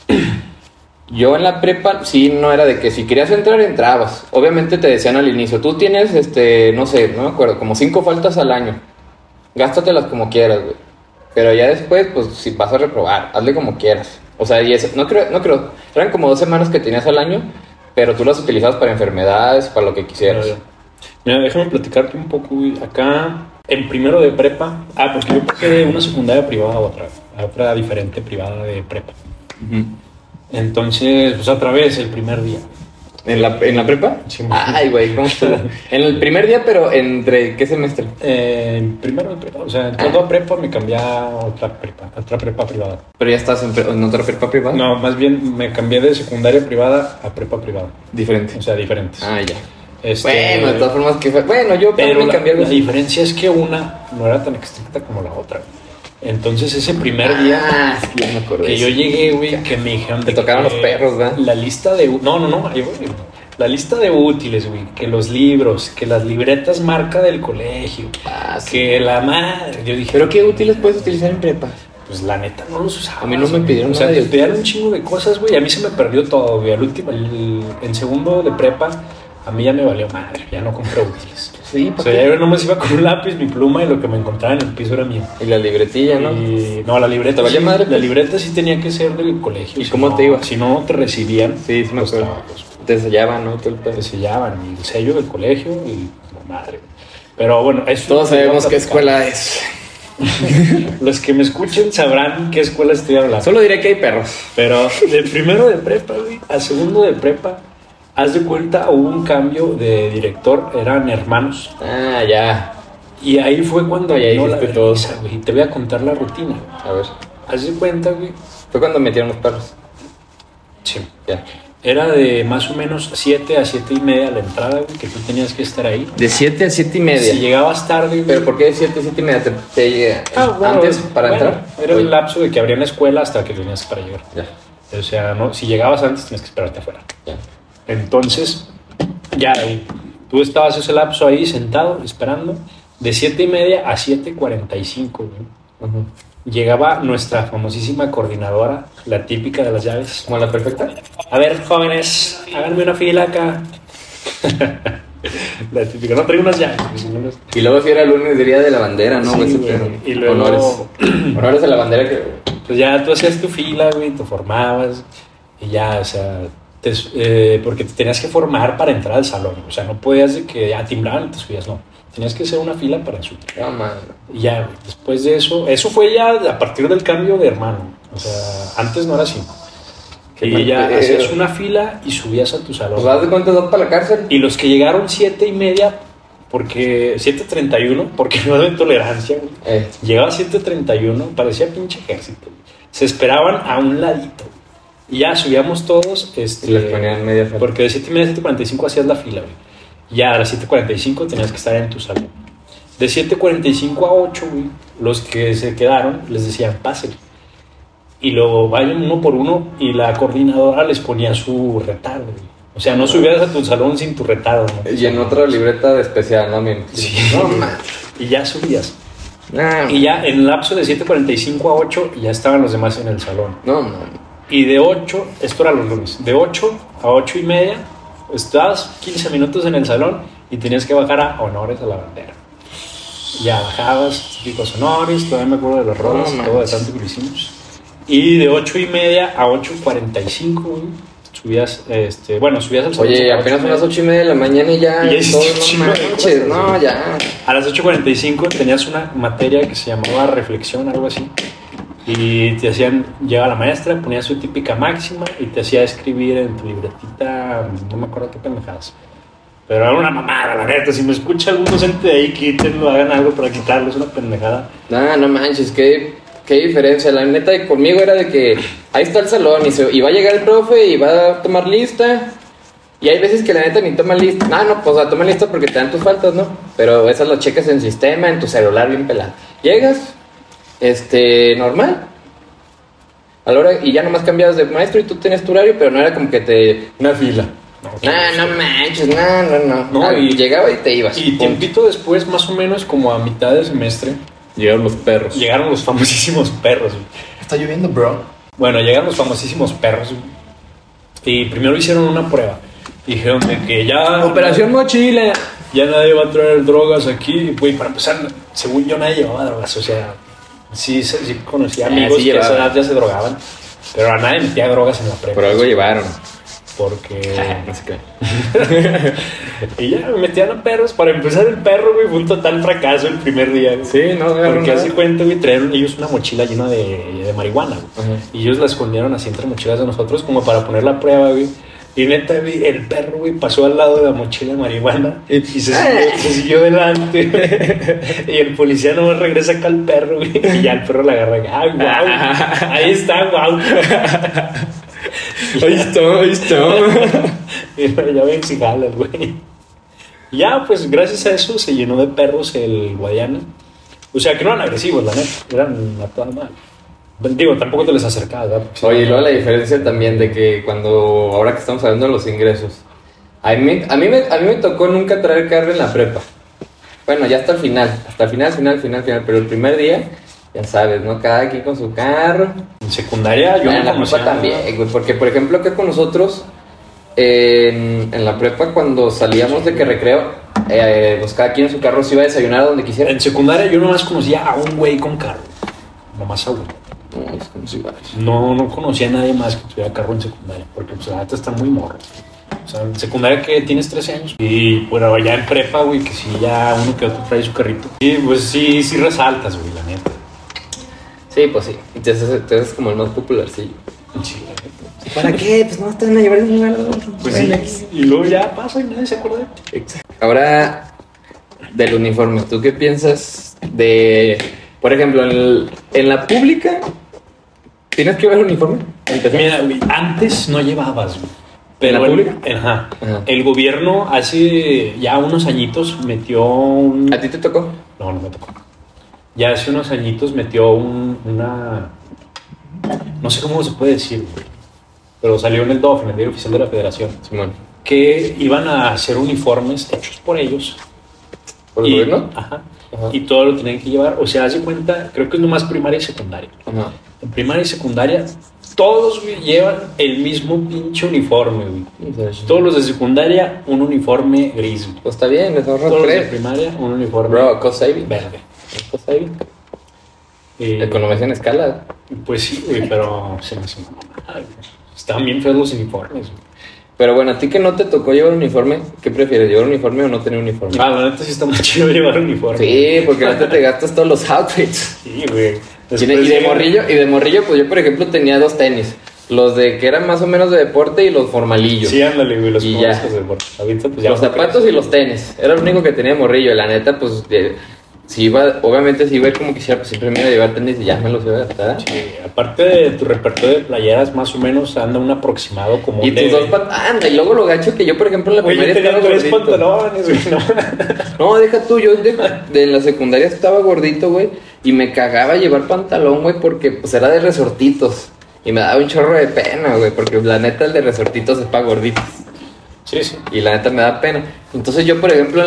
yo en la prepa, sí, no era de que si querías entrar, entrabas. Obviamente te decían al inicio, tú tienes, no sé, no me acuerdo, como 5 faltas al año. Gástatelas como quieras, güey. Pero ya después, pues, si vas a reprobar, hazle como quieras. O sea, y eso, no creo, eran como 2 semanas que tenías al año, pero tú las utilizabas para enfermedades, para lo que quisieras. Mira, déjame platicarte un poco, güey. Acá, en primero de prepa... porque yo pasé de una secundaria privada a otra diferente privada de prepa. Ujú. Entonces, pues otra vez, el primer día. ¿En la prepa? Sí, Ay, güey, ¿cómo estuvo? En el primer día, pero ¿entre qué semestre? Primero de prepa, o sea, entrando a prepa me cambié a otra prepa privada. Pero ya estás en otra prepa privada. No, más bien me cambié de secundaria privada a prepa privada. Diferente. O sea, diferentes. Ya. Este, Bueno, de todas formas, bueno, yo pero también la, cambié algo la así. diferencia es que una no era tan estricta como la otra. Entonces ese primer día Sí, ya me acordé. que yo llegué, güey, que me dijeron... Te tocaron los perros, ¿verdad? La lista de... No, ahí voy. la lista de útiles, güey, que los libros, que las libretas marca del colegio, Sí. que la madre. Yo dije, ¿Pero qué útiles puedes utilizar en prepa? pues la neta no los usaba. A mí no me güey. pidieron O sea, nada te de pidieron un útiles. chingo de cosas, güey. A mí se me perdió todo, güey. Al último, en segundo de prepa, a mí ya me valió madre. Ya no compré útiles. Sí, O ¿por sea, qué? ya yo nomás iba con un lápiz, mi pluma y lo que me encontraba en el piso era mío. Y la libretilla, ¿no? Y, no, la libreta. ¿Te valía sí, madre, la pues? libreta sí tenía que ser del colegio. ¿Y si cómo no- te iba? Si no te recibían, Sí, sí me los acuerdo. trabajos. Te sellaban, ¿no? Todo el pedo. Te sellaban y el sello del colegio y la madre. Pero bueno, eso Todos sabemos qué platicar. escuela es. Los que me escuchen sabrán qué escuela estoy hablando. Solo diré que hay perros. Pero de primero de prepa, güey, a segundo de prepa, haz de cuenta, hubo un cambio de director, eran hermanos. Ah, ya. Y ahí fue cuando Ya vino la hiciste todo. vergüenza, güey. Te voy a contar la rutina. A ver. Haz de cuenta, güey. Fue cuando metieron los perros. Sí. Ya. Era de más o menos 7 a 7 y media la entrada, güey, que tú tenías que estar ahí. De 7 a 7 y media. Si llegabas tarde, güey. ¿Pero por qué de 7 a 7 y media? ¿Te llega Bueno, antes para bueno, entrar? Era Oye. el lapso de que abrían la escuela hasta que tenías para llegar. Ya, O sea, no, si llegabas antes, tenías que esperarte afuera. ya. Entonces, ya, güey, tú estabas ese lapso ahí sentado, esperando, de 7 y media a 7:45, güey. Ujú. Llegaba nuestra famosísima coordinadora, la típica de las llaves. ¿Como la perfecta? A ver, jóvenes, háganme una fila acá. La típica, no traigo unas llaves. Güey, si no las- Y luego si era lunes diría de la bandera, ¿no? Sí, Ese güey. pedo. Y luego- Honores. Honores a la bandera que... Pues ya tú hacías tu fila, güey, te formabas y ya, o sea, porque te tenías que formar para entrar al salón. O sea, no podías de que ya timbraban y te subías, no. Tenías que hacer una fila para subir. No, man. Y ya, güey, después de eso fue ya a partir del cambio de hermano. O sea, antes no era así. Qué Y mal ya pedo. hacías una fila y subías a tu salón. Pues haz de cuenta, dos para la cárcel. Y los que llegaron 7 y media, porque 7:31, porque no de tolerancia, güey. Llegaba 7:31, parecía pinche ejército. Güey. Se esperaban a un ladito. Y ya subíamos todos. Y les ponían media fila. Porque de 7 y media a 7:45 hacías la fila, güey. Ya a las 7:45 tenías que estar en tu salón. De 7:45 a 8, güey, los que se quedaron les decían, pásenle. Y luego vayan uno por uno y la coordinadora les ponía su retardo, güey. O sea, no subías a tu salón sin tu retardo, ¿no? Y en otra libreta de especial, ¿no? Sí. No, man. Y ya subías. Nah, Y ya en el lapso de 7:45 a 8 ya estaban los demás en el salón. no, man. Y de 8, esto era los lunes, de 8 a 8 y media, estabas 15 minutos en el salón y tenías que bajar a honores a la bandera. Ya bajabas, típicos honores, todavía me acuerdo de los roles, No todo de manches. tanto que lo hicimos. Y de 8 y media a 8:45, güey, subías, subías al salón. Oye, apenas son las 8 y media de la mañana y ya. Y ya hiciste un todo, chingo no de manches, cosas, no, güey. ya. A las 8:45 tenías una materia que se llamaba reflexión, algo así. Y te hacían, llegaba la maestra, ponía su típica máxima y te hacía escribir en tu libretita, no me acuerdo qué pendejadas. Pero era una mamada, la neta. Si me escucha algún docente de ahí, quítenlo, hagan algo para quitarlo, es una pendejada. Nah, no manches, qué diferencia. La neta, conmigo era de que ahí está el salón y va a llegar el profe y va a tomar lista. Y hay veces que la neta ni toma lista. No, pues toma lista porque te dan tus faltas, ¿no? Pero esas las checas en sistema, en tu celular bien pelado. Llegas, normal. A la hora, y ya nomás cambiabas de maestro y tú tenías tu horario, pero no era como que una fila. No manches, no. No, y llegaba y te ibas. Y tiempito después, más o menos como a mitad del semestre, llegaron los perros. llegaron los famosísimos perros, güey. Está lloviendo, bro. Bueno, llegaron los famosísimos perros, güey. Y primero hicieron una prueba. Dijeron de que ya... Operación Mochila. Ya nadie va a traer drogas aquí. Güey, para empezar, según yo nadie llevaba drogas. O sea, sí conocía amigos sí que a esa llevaban. edad ya se drogaban. Pero a nadie metía drogas en la prepa. Por algo llevaron. Porque... No sé qué. y ya me metían a perros. Para empezar, el perro, güey, fue un total fracaso el primer día. Güey. Sí, no agarraron Porque nada. hace cuenta, güey, trajeron ellos una mochila llena de marihuana, güey. Ajá. Y ellos la escondieron así entre mochilas de nosotros como para poner la prueba, güey. Y neta, güey, el perro, güey, pasó al lado de la mochila de marihuana y se siguió delante. Y el policía no regresa acá al perro, güey. Y ya el perro la agarra. ¡Ay, guau! Ahí está, guau. Ahí está. Y ya ven si jalas, güey. Ya, pues gracias a eso se llenó de perros el Guadiana. O sea, que no eran agresivos, la neta. Eran a toda madre. Digo, tampoco te les acercabas, ¿verdad? Porque Oye, y luego la diferencia también de que ahora que estamos hablando de los ingresos, A mí me tocó nunca traer carro en la prepa. Bueno, ya hasta el final, final, pero el primer día, ya sabes, ¿no? Cada quien con su carro. En secundaria yo En no la conocía. prepa también, güey, porque por ejemplo acá con nosotros, en la prepa cuando salíamos de que recreo, pues cada quien en su carro se iba a desayunar a donde quisiera. En secundaria yo nomás conocía a un güey con carro. Nomás a uno. No, es como si varios. No conocía a nadie más que tuviera carro en secundaria, porque pues la neta está muy morro. O sea, en secundaria que tienes 13 años. Y bueno, ya en prepa, güey, que sí, ya uno que otro trae su carrito. Y pues sí resaltas, güey, la neta. Sí, pues sí. Entonces es como el más popular, sí. Sí, la neta. ¿Para qué? Pues no te van a llevar de un lugar a otro. Pues Bueno, sí, y luego ya pasa y nadie se acuerda de ti. exacto. Ahora, del uniforme, ¿tú qué piensas de, por ejemplo, en la pública, tienes que llevar uniforme? Mira, güey, antes no llevabas, güey. ¿En la pública? Ajá. Ajá. El gobierno hace ya unos añitos metió un... ¿A ti te tocó? No me tocó. Ya hace unos añitos metió una... No sé cómo se puede decir, güey. Pero salió en el DOF, en el Diario Oficial de la Federación, Simón. que iban a hacer uniformes hechos por ellos. ¿Por el gobierno? Ajá. Ajá. Y todo lo tenían que llevar. O sea, haz de cuenta, creo que es nomás primaria y secundaria. Ajá. En primaria y secundaria, todos, güey, llevan el mismo pinche uniforme, güey. Todos los de secundaria, un uniforme gris, güey. Pues está bien, les ahorras Todos los de tres. primaria, un uniforme Bro, cost saving. verde. Cost saving. Eh, Economía en escala. Pues sí, güey, pero se me hace una mamada, güey. Estaban bien feos los uniformes, güey. Pero bueno, a ti que no te tocó llevar uniforme, ¿qué prefieres? ¿Llevar uniforme o no tener uniforme? Ah, la neta sí está muy chido llevar uniforme. Sí, porque ahorita te gastas todos los outfits. Sí, güey. Y de morrillo, pues yo por ejemplo tenía 2 tenis. Los de que eran más o menos de deporte y los formalillos. Sí, ándale, güey, los Y famosos ya. de deporte. Ahorita, pues, ya Los no zapatos crees. y los tenis. Era lo único que tenía de morrillo. La neta, pues, si iba, obviamente si iba a ir como quisiera, pues siempre me iba a llevar tenis y ya me los iba a gastar. Sí, aparte de tu repertorio de playeras, más o menos anda un aproximado como Y tus 2 anda, y luego lo gacho que yo, por ejemplo, en la Güey, yo primaria tenía estaba 3 gordito. pantalones, güey, no. No, deja tú, yo de la secundaria estaba gordito, güey, y me cagaba llevar pantalón, güey, porque pues era de resortitos. Y me daba un chorro de pena, güey, porque la neta el de resortitos es para gorditos. Sí, sí. Y la neta me da pena. Entonces yo, por ejemplo,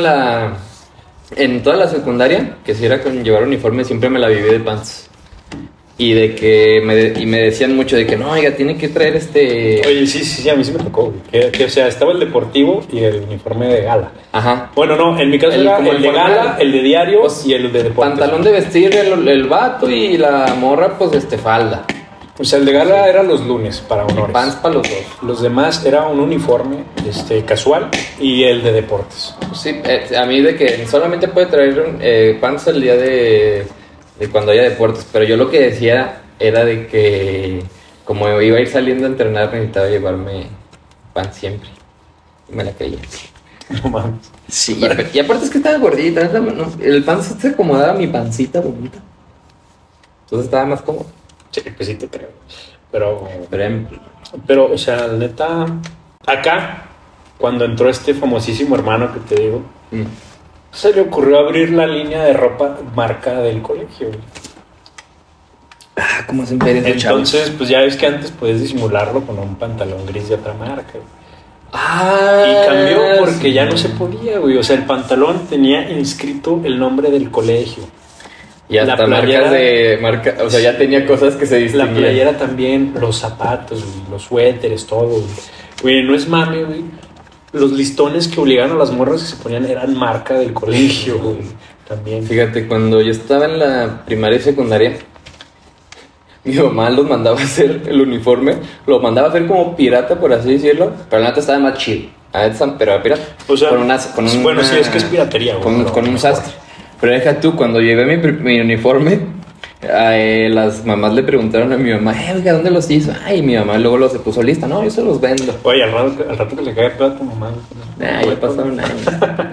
en toda la secundaria, que si era con llevar uniforme, siempre me la viví de pants. Y de que me decían mucho de que no, oiga, tiene que traer Oye, sí, a mí sí me tocó, güey. O sea, estaba el deportivo y el uniforme de gala. Ajá. Bueno, no, en mi caso era como el de formal. gala, el de diario Pues, y el de deportes. Pantalón de vestir el vato y la morra, pues, falda. O sea, el de gala era los lunes para honores. Pants para los dos. Los demás era un uniforme casual y el de deportes. Sí, a mí de que solamente puede traer pants el día de cuando haya deportes, pero yo lo que decía era de que como iba a ir saliendo a entrenar necesitaba llevarme pants siempre. Y me la creía. No mames. Sí, y aparte es que estaba gordita, ¿no? El pants se acomodaba a mi pancita bonita. Entonces estaba más cómodo. Sí, pues sí te creo. Pero, o sea, la neta, acá, cuando entró este famosísimo hermano que te digo, se le ocurrió abrir la línea de ropa marca del colegio, güey. Ah, ¿cómo hacen ferias de chavos? Entonces, pues ya ves que antes podías disimularlo con un pantalón gris de otra marca, güey. Ah, Y cambió porque sí. ya no se podía, güey. O sea, el pantalón tenía inscrito el nombre del colegio. Y hasta La playera- marca, o sea, ya tenía cosas que se La distinguían. playera también, los zapatos, güey, los suéteres, todo, güey. Güey, no es mame, güey. Los listones que obligaban a las morras que se ponían eran marca del colegio, güey. También. Fíjate, cuando yo estaba en la primaria y secundaria, mi mamá los mandaba a hacer el uniforme, lo mandaba a hacer como pirata, por así decirlo, pero la neta estaba más chido. Pero era pirata. O sea, bueno, una- sí, es que es piratería, güey. pero Con un mejor. sastre. Pero deja tú, cuando llevé mi uniforme, las mamás le preguntaron a mi mamá, oiga, ¿dónde los hizo? Ay, mi mamá luego se puso lista, no, yo se los vendo. Oye, al rato que le caiga pedo a tu mamá. Ya pasaron años.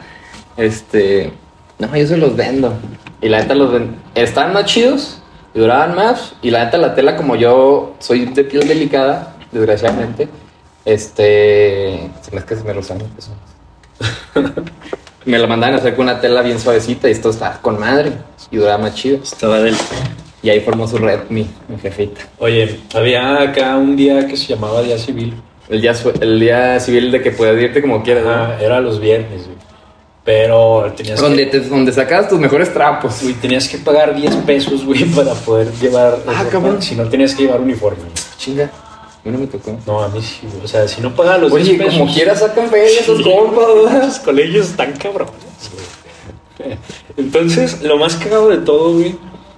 No, yo se los vendo. Y la neta los vendo. Estaban más chidos y duraban más. Y la neta la tela, como yo soy de piel delicada, desgraciadamente, se me es que se me rozan los pezones. Me la mandaban a hacer con una tela bien suavecita y esto estaba con madre y duraba más chido. Estaba del... Y ahí formó su red mi jefita. Oye, había acá un día que se llamaba Día Civil el día civil de que puedas irte como quieras, ¿no? Era los viernes, güey. Pero tenías Donde sacabas tus mejores trapos. Güey, tenías que pagar 10 pesos, güey, para poder llevar... cabrón. Si no, tenías que llevar uniforme. Chinga. A mí no me tocó. No, a mí sí, güey. O sea, si no pagaba los 10 Oye, pesos... como quieras sacan feria esos compas, ¿verdad? Los colegios están cabrones, güey. Entonces, lo más cagado de todo, güey,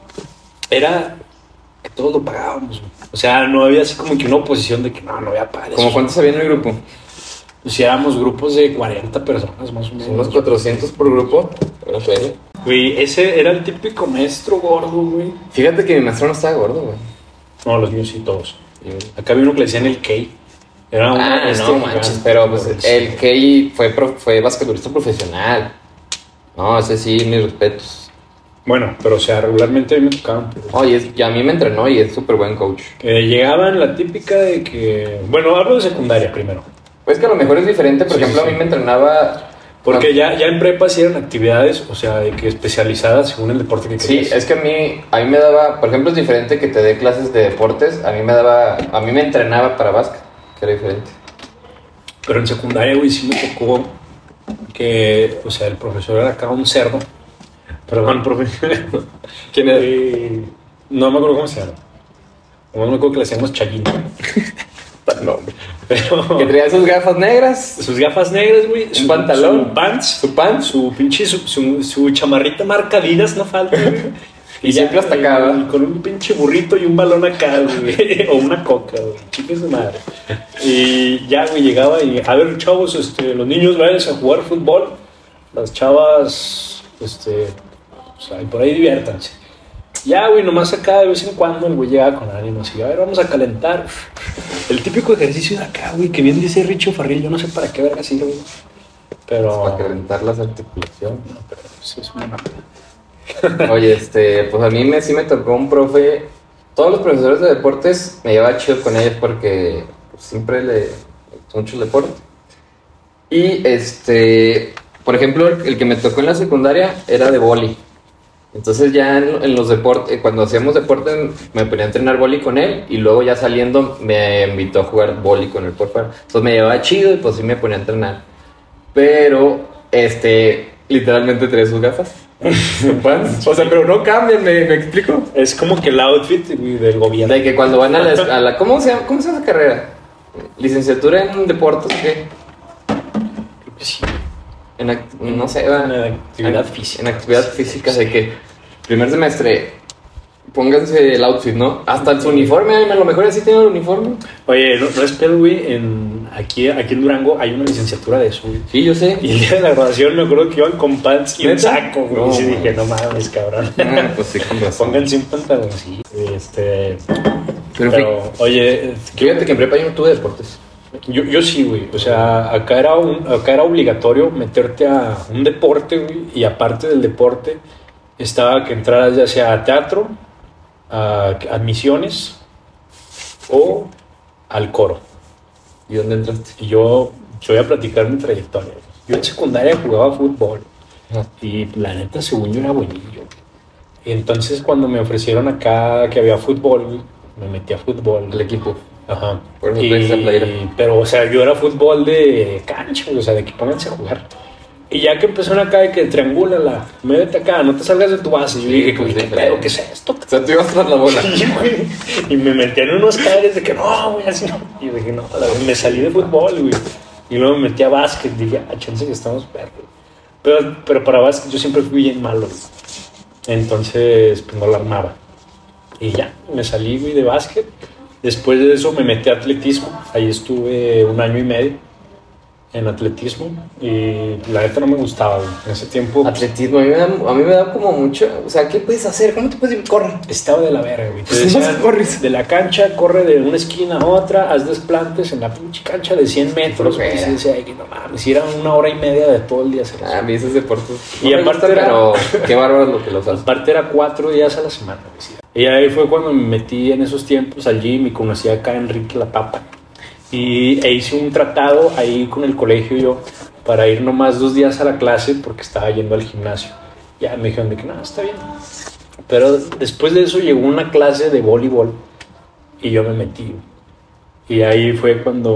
era que todos lo pagábamos, güey. O sea, no había así como que una oposición de que no voy a pagar eso. ¿Cómo cuántos había en el grupo? Pues éramos grupos de 40 personas, más o menos. Unos 400 por grupo. Era feria. Güey, ese era el típico maestro gordo, güey. Fíjate que mi maestro no estaba gordo, güey. No, los míos sí, todos. Acá había uno que le decían el Key. Era un no manches, pero pues el Key fue basquetbolista profesional. No, ese sí, mis respetos. Bueno, pero o sea, regularmente a mí me tocaban. Oye, a mí me entrenó y es súper buen coach. Llegaban la típica de que... Bueno, hablo de secundaria primero. Pues que a lo mejor es diferente, por ejemplo, sí. a mí me entrenaba... Porque ya en prepa sí eran actividades, o sea, de que especializadas según el deporte que querías. Sí, es que a mí me daba, por ejemplo, es diferente que te dé clases de deportes, a mí me entrenaba para básquet, que era diferente. Pero en secundaria, güey, sí me tocó que, o sea, el profesor era acá un cerdo. Perdón, profe. ¿Quién era? No me acuerdo cómo se llama. No me acuerdo que le hacíamos Chayín. No, pero... Que traía sus gafas negras. Sus gafas negras, güey. Un pantalón. Su pants. Su pinche... Su chamarrita marca Adidas, no falta, güey. Y siempre hasta acá, ¿verdad? Con un pinche burrito y un balón acá, güey. O una coca, güey. Chicas de madre. Y ya, güey, llegaba y... A ver, chavos, los niños vayan a jugar fútbol. Las chavas, o sea, y por ahí diviértanse. Ya, güey, nomás acá de vez en cuando el güey llegaba con ánimo así, a ver, vamos a calentar. El típico ejercicio de acá, güey, que bien dice Richo Farril, yo no sé para qué verga sirve, güey. Pero... Para calentar las articulaciones. No, pero eso es una... Oye, pues a mí sí me tocó un profe. Todos los profesores de deportes me llevaba chido con ellos porque pues, siempre le gustó mucho el deporte. Y por ejemplo, el que me tocó en la secundaria era de vóley. Entonces ya en los deportes, cuando hacíamos deporte, me ponía a entrenar vóley con él y luego ya saliendo me invitó a jugar vóley con él por fuera. Entonces me llevaba chido y pues sí me ponía a entrenar. Pero, literalmente traía sus gafas. O sea, pero no cambian, me explico. Es como que el outfit, güey, del gobierno. De que cuando van a la ¿cómo se llama esa carrera? ¿Licenciatura en deportes o qué? Creo que sí. No sé, en actividad física. En actividad física, de que primer semestre pónganse el outfit, ¿no? Hasta su uniforme, a lo mejor así tienen el uniforme. Oye, no es pedo, güey, aquí en Durango hay una licenciatura de eso, güey. Sí, yo sé. Y el día de la graduación me acuerdo que iban con pants y un ¿Neta? saco, güey. No, y sí güey. dije, no mames, cabrón. Pues sí, con razón. Pónganse un pantalón, sí. Pero oye, fíjate que en prepa yo no tuve deportes. Yo sí, güey. O sea, acá era obligatorio meterte a un deporte, güey. Y aparte del deporte, estaba que entraras ya sea a teatro, a admisiones o al coro. ¿Y dónde entraste? Y yo voy a platicar mi trayectoria. Yo en secundaria jugaba fútbol. Ajá. Y la neta, según yo, era buenillo. Y entonces, cuando me ofrecieron acá que había fútbol, güey, me metí a fútbol. El equipo. Ajá. Por eso traes esa playera. Pero, o sea, yo era fútbol de cancha, o sea, de que pónganse a jugar. Y ya que empezaron acá de que triangúlala, métete acá, no te salgas de tu base. Y yo dije, pues, ¿qué pedo? ¿Qué es esto? O sea, tú ibas tras la bola. Sí, güey. Y me metían en unos cables de que no, güey, así no. Y yo dije, no, me salí de fútbol, güey. Y luego me metí a básquet. Dije, chance que estamos perros. Pero para básquet yo siempre fui bien malo, güey. Entonces, pues no la armaba. Y ya, me salí, güey, de básquet. Después de eso me metí a atletismo. Ahí estuve 1 año y medio en atletismo. Y la neta no me gustaba, güey. En ese tiempo... Atletismo, a mí me da como mucho... O sea, ¿qué puedes hacer? ¿Cómo te puedes ir? Corre. Estaba de la verga, güey. Pues no corres. De la cancha, corre de una esquina a otra, haz desplantes en la pinche cancha de 100 metros. Qué Y se decía, ay, que no mames, y era 1 hora y media de todo el día hacer eso. A mí esos deportes... Y no me aparte gustan, era- pero qué bárbaro lo que los haces. Aparte era 4 días a la semana, güey. Sí. Y ahí fue cuando me metí en esos tiempos al gym y conocí acá a Enrique La Papa. E hice un tratado ahí con el colegio yo para ir nomás 2 días a la clase porque estaba yendo al gimnasio. Ya me dijeron de que no, está bien. Pero después de eso llegó una clase de voleibol y yo me metí. Y ahí fue cuando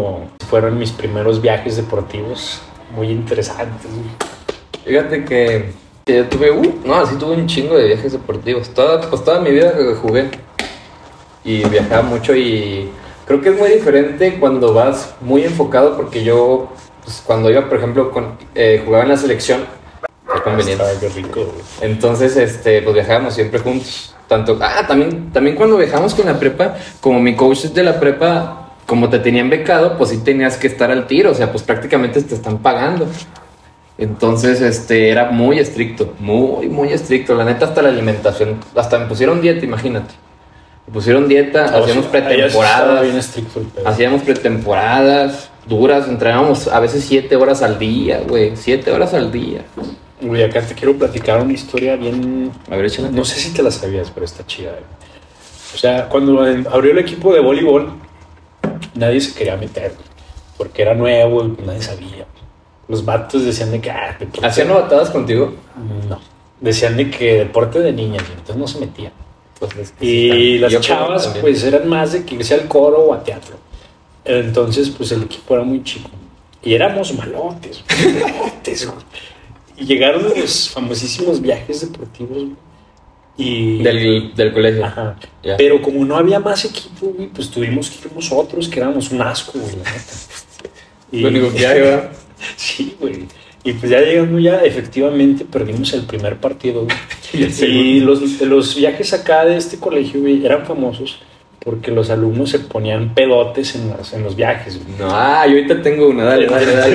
fueron mis primeros viajes deportivos, muy interesantes, güey. Fíjate que yo tuve, sí tuve un chingo de viajes deportivos. Toda mi vida jugué y viajaba mucho y creo que es muy diferente cuando vas muy enfocado porque yo, pues, cuando iba, por ejemplo, jugaba en la selección, fue conveniente. Qué rico, güey. Entonces, pues viajábamos siempre juntos. También cuando viajamos con la prepa, como mi coach de la prepa, como te tenían becado, pues sí tenías que estar al tiro, o sea, pues prácticamente te están pagando. Entonces, era muy estricto, muy, muy estricto. La neta, hasta la alimentación, hasta me pusieron dieta, imagínate. Me pusieron dieta, hacíamos pretemporadas. Bien estricto el pedo. Hacíamos pretemporadas duras, entrenábamos a veces 7 horas al día, güey. 7 horas al día. Güey, acá te quiero platicar una historia bien... A ver, échala. No sé si te la sabías, pero está chida, güey. O sea, cuando abrió el equipo de voleibol, nadie se quería meter, güey, porque era nuevo y nadie sabía. Los vatos decían de que... ¿Hacían novatadas contigo? No. Decían de que deporte de niñas, y entonces no se metían. Pues Y las yo chavas, pues, eran más de que irse al coro o a teatro. Entonces, pues, el equipo era muy chico. Y éramos malotes, güey. Y llegaron los famosísimos viajes deportivos, güey. Y... Del colegio. Ajá. Yeah. Pero como no había más equipo, güey, pues tuvimos que ir nosotros, que éramos un asco, güey, la neta. Y... Lo único que hay, ¿verdad? Sí, güey. Y pues ya llegando efectivamente perdimos el primer partido, güey. Y los viajes acá de este colegio, güey, eran famosos porque los alumnos se ponían pedotes en los viajes, güey. No, yo ahorita tengo una, dale.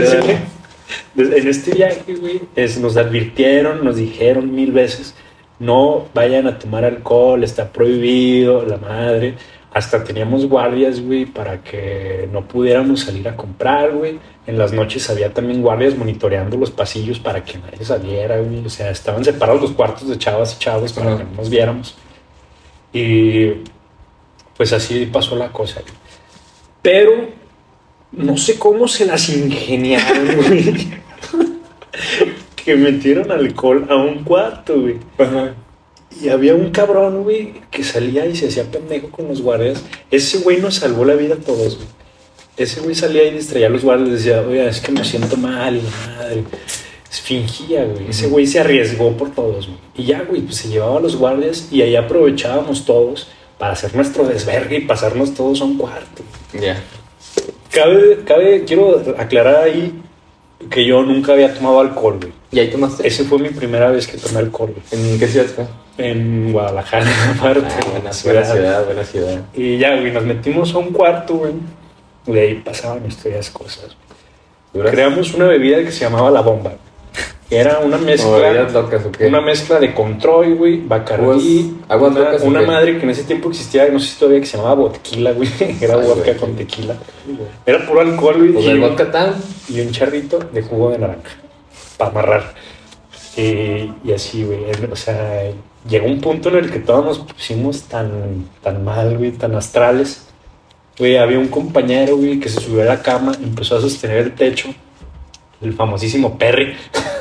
En este viaje, güey, nos advirtieron, nos dijeron 1000 veces, no vayan a tomar alcohol, está prohibido, la madre. Hasta teníamos guardias, güey, para que no pudiéramos salir a comprar, güey. En las noches había también guardias monitoreando los pasillos para que nadie saliera, güey. O sea, estaban separados los cuartos de chavas y chavos para que no nos viéramos. Y pues así pasó la cosa, güey. Pero no sé cómo se las ingeniaron, güey, que metieron alcohol a un cuarto, güey. Ajá. Y había un cabrón, güey, que salía y se hacía pendejo con los guardias. Ese güey nos salvó la vida a todos, güey. Ese güey salía y distraía a los guardias y decía, oye, es que me siento mal, madre. Fingía, güey. Ese güey se arriesgó por todos, güey. Y ya, güey, pues se llevaba a los guardias y ahí aprovechábamos todos para hacer nuestro desvergue y pasarnos todos a un cuarto. Ya. Yeah. Quiero aclarar ahí que yo nunca había tomado alcohol, güey. ¿Y ahí tomaste? Esa fue mi primera vez que tomé alcohol, güey. ¿En qué ciudad fue? En Guadalajara, aparte. Buena ciudad. Y ya, güey, nos metimos a un cuarto, güey. De ahí pasaban historias, cosas. Creamos una bebida que se llamaba La Bomba. Era una mezcla... locas, ¿o qué? Una mezcla de Controy, güey, Bacardí. Aguas locas, una madre que en ese tiempo existía, no sé si todavía, que se llamaba vodka, güey. Era vodka con tequila. Era puro alcohol, güey. Pues el vodka tan... Y un charrito de jugo de naranja. Para amarrar. Y así, güey. O sea, llegó un punto en el que todos nos pusimos tan mal, güey, tan astrales. Güey, había un compañero, güey, que se subió a la cama, empezó a sostener el techo. El famosísimo Perry.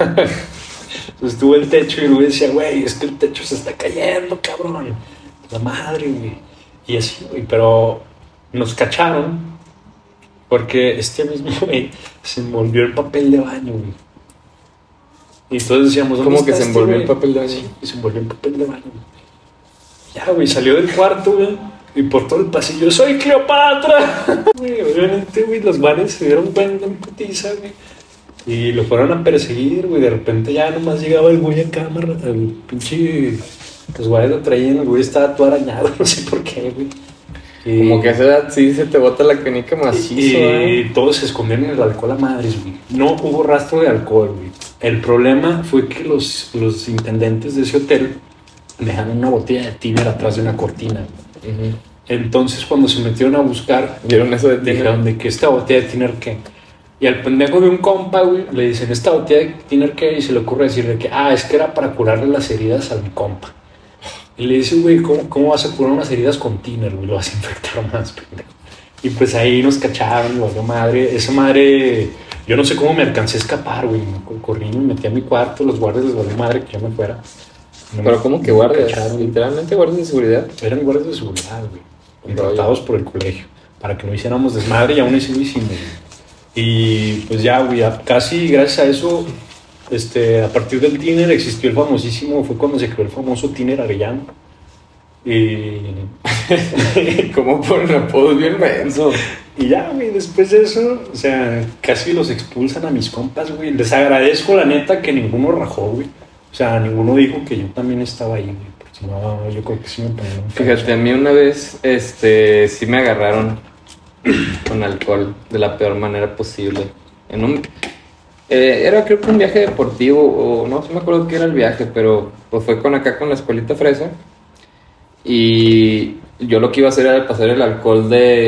Estuvo el techo y el güey decía, güey, es que el techo se está cayendo, cabrón. La madre, güey. Y así, güey, pero nos cacharon porque este mismo güey se envolvió el papel de baño, güey. Y todos decíamos, ¿cómo que se envolvió el papel de baño? Sí, se envolvió el papel de baño, güey. Ya, güey, salió del cuarto, güey. Y por todo el pasillo, ¡soy Cleopatra! Güey, obviamente, güey, los bares se dieron cuenta en putiza, güey. Y lo fueron a perseguir, güey. De repente ya nomás llegaba el güey a cámara, el pinche... Los güeyes lo traían, el güey estaba todo arañado, no sé por qué, güey. Y... como que a esa edad sí se te bota la canica macizo, y todos se escondieron en el alcohol a madres, güey. No hubo rastro de alcohol, güey. El problema fue que los intendentes de ese hotel dejaron una botella de tiner atrás de una cortina, güey. Uh-huh. Entonces cuando se metieron a buscar, vieron eso de tiner, dijeron de que esta botella de tiner qué. Y al pendejo de un compa, güey, le dicen, ¿esta botella de tiner qué? Y se le ocurre decirle que, es que era para curarle las heridas a mi compa. Y le dice, güey, ¿cómo vas a curar unas heridas con tiner, güey? Lo vas a infectar más, pendejo. Y pues ahí nos cacharon, me valió madre. Esa madre, yo no sé cómo me alcancé a escapar, güey. Corrí, me metí a mi cuarto, los guardias les valió madre que yo me fuera. ¿Pero cómo que guardias? Literalmente guardias de seguridad. Eran guardias de seguridad, güey. Contratados por el colegio. Para que no hiciéramos desmadre y aún así lo hicimos, güey. Y pues ya, güey, casi gracias a eso, a partir del tiner existió el famosísimo, fue cuando se creó el famoso tiner Arellano. Y Como por apodos bien menso. Y ya, güey, después de eso, o sea, casi los expulsan a mis compas, güey. Les agradezco, la neta, que ninguno rajó, güey. O sea, ninguno dijo que yo también estaba ahí, güey. Porque si no, yo creo que sí me ponían un Fíjate, a mí una vez, sí me agarraron con alcohol de la peor manera posible. Era creo que un viaje deportivo, o no me acuerdo qué era el viaje, pero pues fue con la escuelita fresa. Y yo lo que iba a hacer era pasar el alcohol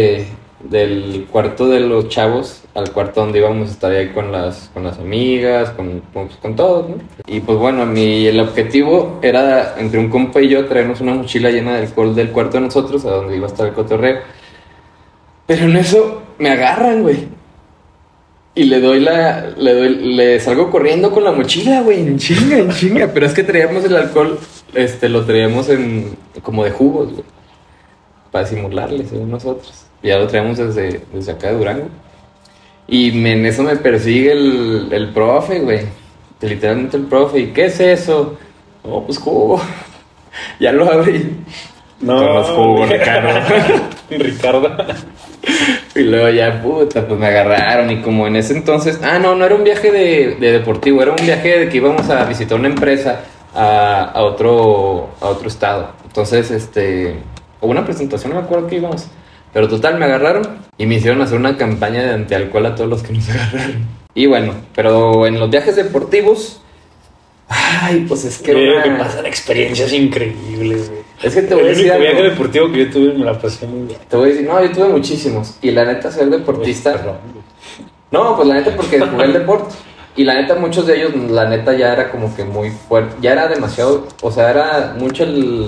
del cuarto de los chavos al cuarto donde íbamos a estar ahí con las amigas, con todos, ¿no? Y pues bueno, el objetivo era, entre un compa y yo, traernos una mochila llena de alcohol del cuarto de nosotros, a donde iba a estar el cotorreo. Pero en eso me agarran, güey. Y le salgo corriendo con la mochila, güey, en chinga. Pero es que traíamos el alcohol, lo traíamos como de jugos, güey, para simularle, según nosotros. Y ya lo traíamos desde acá de Durango. Y en eso me persigue el profe, güey. Literalmente el profe. ¿Y qué es eso? No, pues jugo. Ya lo abrí. No, jugo, Ricardo. Y luego ya, puta, pues me agarraron. Y como en ese entonces... no era un viaje de deportivo. Era un viaje de que íbamos a visitar una empresa a otro estado. Entonces, hubo una presentación, no me acuerdo qué íbamos. Pero total, me agarraron y me hicieron hacer una campaña de antialcohol a todos los que nos agarraron. Y bueno, pero en los viajes deportivos... Ay, pues es que... Me pasan experiencias increíbles, güey. Es que te voy a decir el único algo. viaje deportivo que yo tuve me la pasé muy bien. Te voy a decir, no, yo tuve muchísimos. Y la neta, ser deportista... Perdón. No, pues la neta, porque jugué el deporte. Y la neta, muchos de ellos, la neta, ya era como que muy fuerte. Ya era demasiado... O sea, era mucho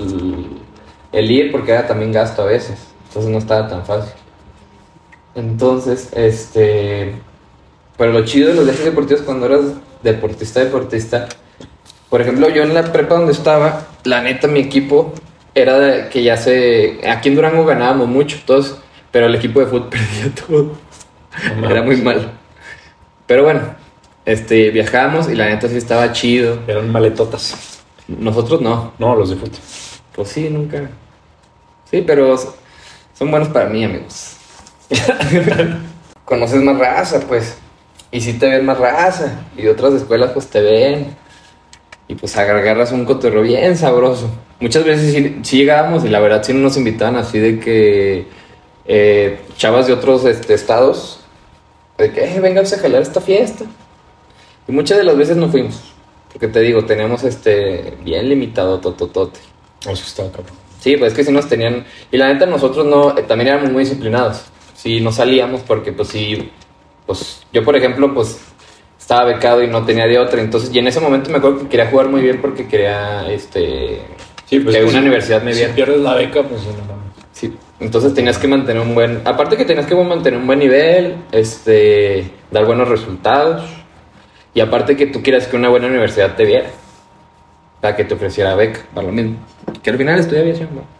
el ir, porque era también gasto a veces. Entonces no estaba tan fácil. Entonces, pero lo chido de los viajes deportivos cuando eras deportista. Por ejemplo, yo en la prepa donde estaba, la neta, mi equipo era que aquí en Durango ganábamos mucho, todos, pero el equipo de fútbol perdía todo. No, era muy malo. Pero bueno, viajábamos y la neta sí estaba chido. Eran maletotas. Nosotros no. No, los de fútbol. Pues sí, nunca. Sí, pero son buenos para mí, amigos. Conoces más raza, pues. Y sí te ven más raza. Y de otras escuelas, pues te ven. Y pues agarras un cotorreo bien sabroso. Muchas veces sí llegábamos y la verdad sí nos invitaban así de que chavas de otros estados, de que vénganse a jalar esta fiesta. Y muchas de las veces no fuimos. Porque te digo, teníamos bien limitado tototote. Eso estaba cabrón. Sí, pues es que sí nos tenían... Y la neta nosotros no, también éramos muy disciplinados. Sí, no salíamos porque pues sí... Pues yo, por ejemplo, pues estaba becado y no tenía de otra. Entonces, y en ese momento me acuerdo que quería jugar muy bien porque quería, sí, pues que una universidad me viera. Si pierdes la beca, pues sí, no mames. Sí, entonces tenías que mantener un buen... Aparte que tenías que mantener un buen nivel, dar buenos resultados. Y aparte que tú quieras que una buena universidad te viera. Para que te ofreciera beca, para lo mismo. Que al final estudié aviación, ¿no?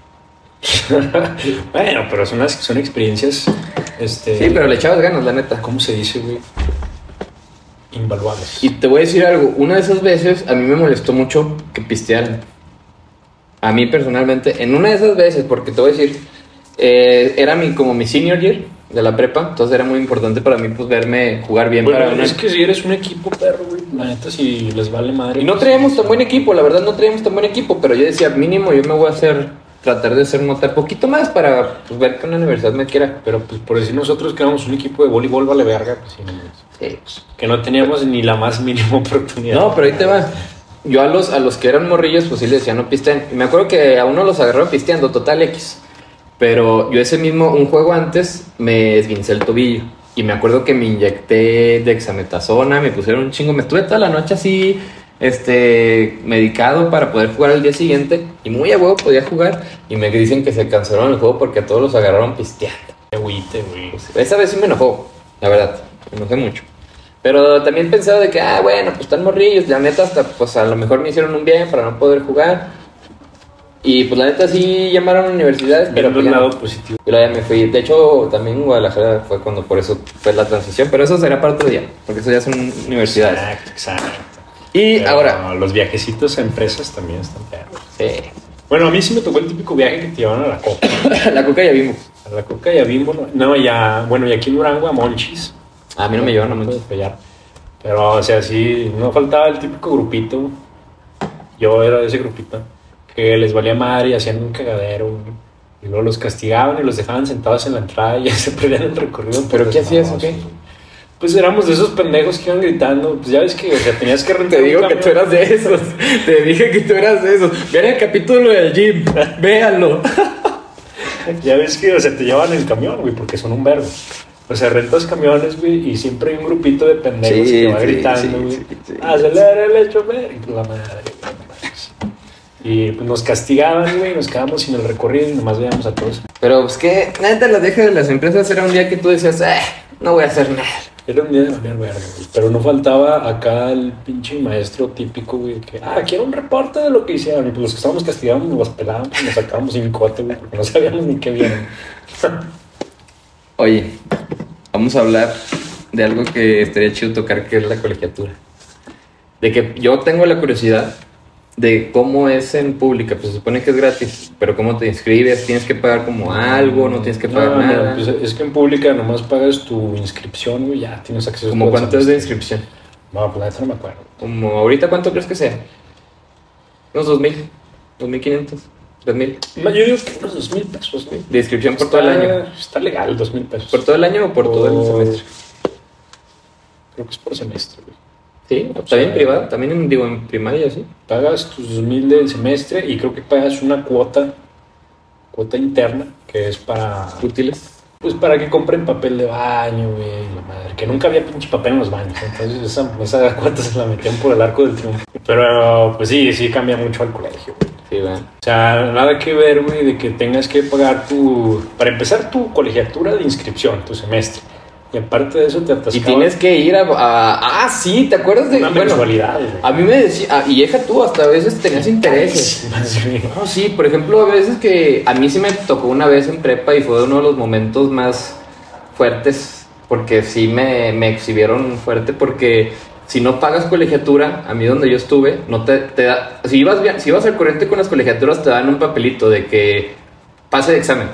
Bueno, pero son experiencias... Sí, pero le echabas ganas, la neta. ¿Cómo se dice, güey? Invaluables. Y te voy a decir algo. Una de esas veces a mí me molestó mucho que pistearan. A mí personalmente. En una de esas veces, porque te voy a decir... era como mi senior year de la prepa. Entonces era muy importante para mí pues verme jugar bien. Bueno, para es que si eres un equipo, perro, güey. La neta, si les vale madre. Y no traíamos tan buen equipo, la verdad no traíamos tan buen equipo. Pero yo decía, mínimo yo me voy a tratar de hacer nota poquito más para pues, ver que una universidad me quiera. Pero pues por decir nosotros que éramos un equipo de voleibol, vale verga, pues sí, no, sí, pues. Que no teníamos ni la más mínima oportunidad. No, pero ahí te va. Yo a los que eran morrillos, pues sí les decía no pisteen. Y me acuerdo que a uno los agarraron pisteando, total X. Pero yo un juego antes, me esguincé el tobillo. Y me acuerdo que me inyecté dexametasona, me pusieron un chingo. Me estuve toda la noche así, medicado para poder jugar al día siguiente. Y muy a huevo podía jugar. Y me dicen que se cancelaron el juego porque a todos los agarraron pisteando. Qué agüite, güey. Pues, esa vez sí me enojó, la verdad. Me enojé mucho. Pero también pensaba de que, bueno, pues están morrillos. La neta hasta, pues a lo mejor me hicieron un bien para no poder jugar. Y pues la neta sí llamaron a universidades, pero Viendo pues el ya lado no. positivo. Yo ya me fui. De hecho, también Guadalajara fue cuando por eso fue la transición. Pero eso será para otro día, porque eso ya son universidades. Exacto. Y Pero ahora... los viajecitos a empresas también están perros. Sí. Bueno, a mí sí me tocó el típico viaje que te llevan a la Coca. La Coca ya vimos. A la Coca y a Bimbo. No, ya... Bueno, y aquí en Durango a Monchis. A mí no me llevan a puedo mucho. despegar. Pero, o sea, sí, no faltaba el típico grupito. Yo era de ese grupito que les valía madre y hacían un cagadero. Y luego los castigaban y los dejaban sentados en la entrada y ya se perdían el recorrido. ¿Pero qué hacías o qué? Pues éramos de esos pendejos que iban gritando. Pues ya ves que, o sea, tenías que rentar. Te digo un que camión. tú eras de esos. Te dije que tú eras de esos. Vean el capítulo del gym. Véanlo. Ya ves que, o sea, te llevan el camión, güey, porque son un verbo. O sea, rentas camiones, güey, y siempre hay un grupito de pendejos Sí, que va sí, gritando, güey. sí. Acelera el chofer. Y pues la madre, güey. Y pues nos castigaban, güey, nos quedamos sin el recorrido y nomás veíamos a todos. Pero pues que, neta, la deja de las empresas era un día que tú decías, no voy a hacer nada. Era un día de valer verga, güey. Pero no faltaba acá el pinche maestro típico, güey, que, quiero un reporte de lo que hicieron. Y pues los que estábamos castigados nos los pelábamos y nos sacábamos sin cote, güey, porque no sabíamos ni qué vieron. Oye, vamos a hablar de algo que estaría chido tocar, que es la colegiatura. De que yo tengo la curiosidad de cómo es en pública. Pues se supone que es gratis, pero cómo te inscribes, tienes que pagar como algo, no tienes que pagar nada. Pues es que en pública nomás pagas tu inscripción, güey, ya tienes acceso ¿Como todo el cuánto es de semestre. inscripción? No, pues la neta no me acuerdo. Como ahorita, ¿cuánto crees que sea? Unos 2,000, 2,500, 3,000 Yo digo que unos 2,000 pesos, güey. de inscripción por todo el año. Está legal, 2,000 pesos. ¿Por todo el año o por todo el semestre? Creo que es por semestre, güey. Sí, también privada, también en primaria, sí. Pagas tus 2,000 del semestre y creo que pagas una cuota interna, que es para... Útiles. Pues para que compren papel de baño, güey, la madre. Que nunca había pinche papel en los baños. Entonces esa cuota se la metían por el arco del triunfo. Pero pues sí cambia mucho al colegio, güey. Sí, bueno. O sea, nada que ver, güey, de que tengas que pagar para empezar tu colegiatura de inscripción, tu semestre. Y aparte de eso te atascabas. Y tienes que ir sí, ¿te acuerdas de...? una mensualidad, güey. A mí me decía, y deja tú, hasta a veces tenías intereses. No, sí, por ejemplo, a veces que a mí sí me tocó una vez en prepa y fue uno de los momentos más fuertes, porque sí me exhibieron fuerte, porque si no pagas colegiatura, a mí donde yo estuve, no te da, si ibas al corriente con las colegiaturas, te dan un papelito de que pase de examen.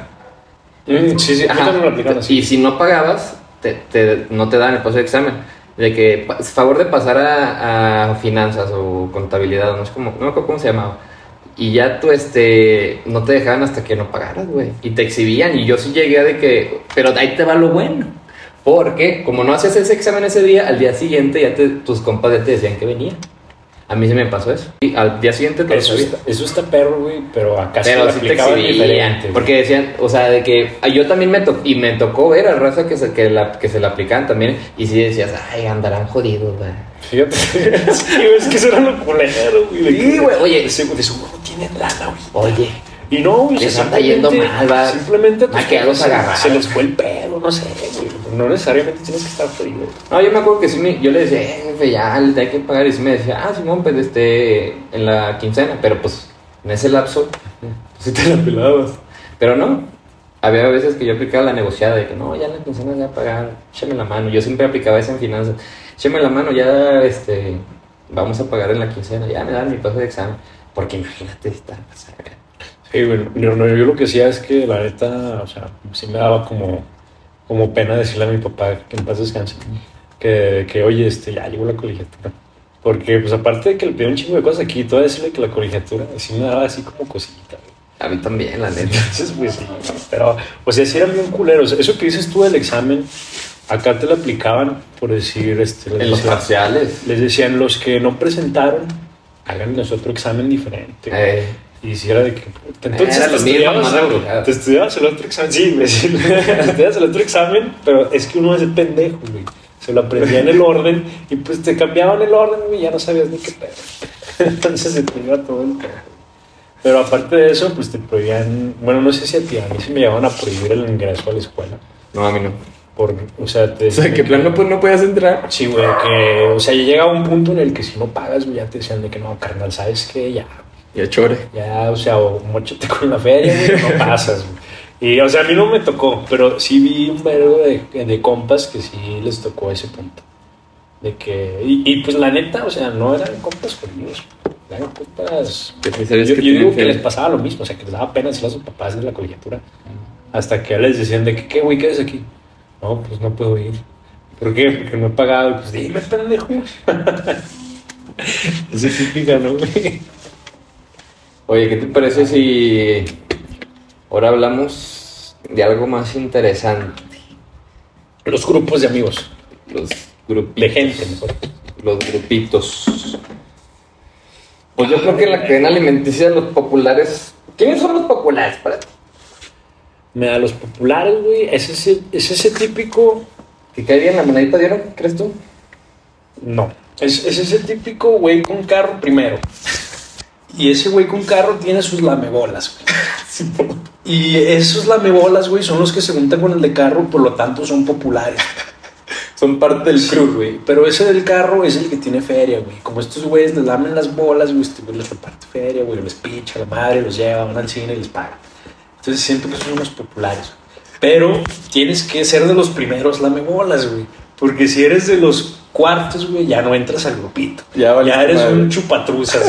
Sí, Ajá. ahorita no lo aplican así. Y si no pagabas, no te dan el paso de examen. De que favor de pasar a finanzas o contabilidad, no me acuerdo cómo se llamaba. Y ya tú no te dejaban hasta que no pagaras, güey. Y te exhibían. Y yo sí llegué a de que, pero ahí te va lo bueno. Porque como no hacías ese examen ese día, al día siguiente ya tus compas ya te decían que venían. A mí se me pasó eso. Y al día siguiente te lo sabía. Eso está perro, güey, pero acá Pero se sí te aplicaban exhibían, diferente, güey. porque decían, o sea, de que yo también me tocó ver a raza que se la aplicaban también, y sí decías, ay, andarán jodidos, güey. Fíjate, sí, güey, es que eso era lo culero, güey. Sí, güey, oye. De seguro tienen lana, güey. Oye, Y no, güey. les anda yendo mal, va. Simplemente Maquiados agarrados. se les fue el pelo, no sé, güey. No necesariamente tienes que estar jodido. no, yo me acuerdo que sí, yo le decía, jefe, ya, le hay que pagar, y sí me decía, Simón, pues, en la quincena, pero pues, en ese lapso, pues sí te la pelabas. Pero no, había veces que yo aplicaba la negociada de que, no, ya en la quincena se va a pagar, échame la mano. Yo siempre aplicaba eso en finanzas, échame la mano, ya, vamos a pagar en la quincena, ya me dan mi paso de examen, porque imagínate estar pasando. Sí, güey. Yo lo que hacía es que, la neta, o sea, sí me daba como pena decirle a mi papá que en paz descanse, que oye, ya llegó la colegiatura. Porque, pues, aparte de que le pedí un chingo de cosas aquí, todavía decirle que la colegiatura sí me daba así como cosita, güey. A mí también, la neta. Entonces, pues sí, pero, o sea, sí eran bien culeros. Eso que dices tú del examen, acá te lo aplicaban por decir, En los parciales. les decían, los que no presentaron, háganos otro examen diferente. Y si era de que... Entonces Era lo mismo, más rebuscado. te estudiabas el otro examen. Sí, güey, sí. Te estudiabas el otro examen, pero es que uno es el pendejo, güey. Se lo aprendía en el orden y pues te cambiaban el orden, güey, y ya no sabías ni qué pedo. Entonces se te iba todo el pedo. Pero aparte de eso, pues te prohibían... Bueno, no sé si a mí se me llevaban a prohibir el ingreso a la escuela. No, a mí no. O sea, que plan no podías entrar. Sí, güey, que... O sea, ya llegaba un punto en el que si no pagas, güey, ya te decían de que no, carnal, ¿sabes qué? Ya Ya chore. Ya, o sea, o móchate con la feria, güey, no pasas, güey. Y, o sea, a mí no me tocó, pero sí vi un vergo de compas que sí les tocó ese punto. De que, y pues la neta, o sea, no eran compas jodidos, eran compas. Yo digo que les pasaba lo mismo, o sea, que les daba pena decirle a sus papás de la colegiatura. Hasta que les decían de que, ¿qué, güey, qué haces aquí? No, pues no puedo ir. ¿Por qué? Porque no he pagado. Y pues dime, pendejo. Eso es típica, ¿no, güey? Oye, ¿qué te parece si ahora hablamos de algo más interesante? Los grupos de amigos. Los grupitos. De gente, mejor. Los grupitos. Pues yo creo que en la cadena alimenticia de los populares... ¿Quiénes son los populares para ti? Me da los populares, güey. Es ese típico... ¿Que cae bien la monedita de oro, crees tú? No. Es ese típico güey con carro primero. Y ese güey con carro tiene sus lamebolas, güey. Y esos lamebolas, güey, son los que se juntan con el de carro, por lo tanto son populares. Son parte del crew, güey. Pero ese del carro es el que tiene feria, güey. Como estos güeyes les lamen las bolas, güey, este güey les reparte feria, güey, les picha la madre, los lleva, van al cine y les paga. Entonces siento que son los populares. Pero tienes que ser de los primeros lamebolas, güey. Porque si eres de los cuartos, güey, ya no entras al grupito. Ya eres madre. Un chupatruzas,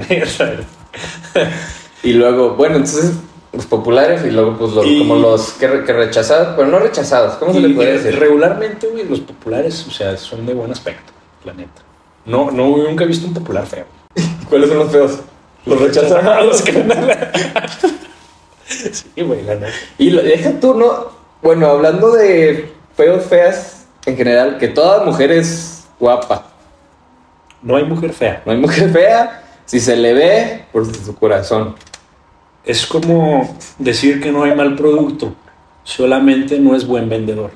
Y luego, bueno, entonces los populares y luego pues como los que rechazados, pero no rechazados, ¿cómo se le puede decir? Regularmente, güey, los populares, o sea, son de buen aspecto, la neta. No, nunca he visto un popular feo. ¿Cuáles son los feos? Los rechazados. Sí, güey, la neta. Y deja tú, ¿no? Bueno, hablando de feos, feas, en general, que toda mujer es guapa. No hay mujer fea. No hay mujer fea si se le ve por su corazón. Es como decir que no hay mal producto, solamente no es buen vendedor.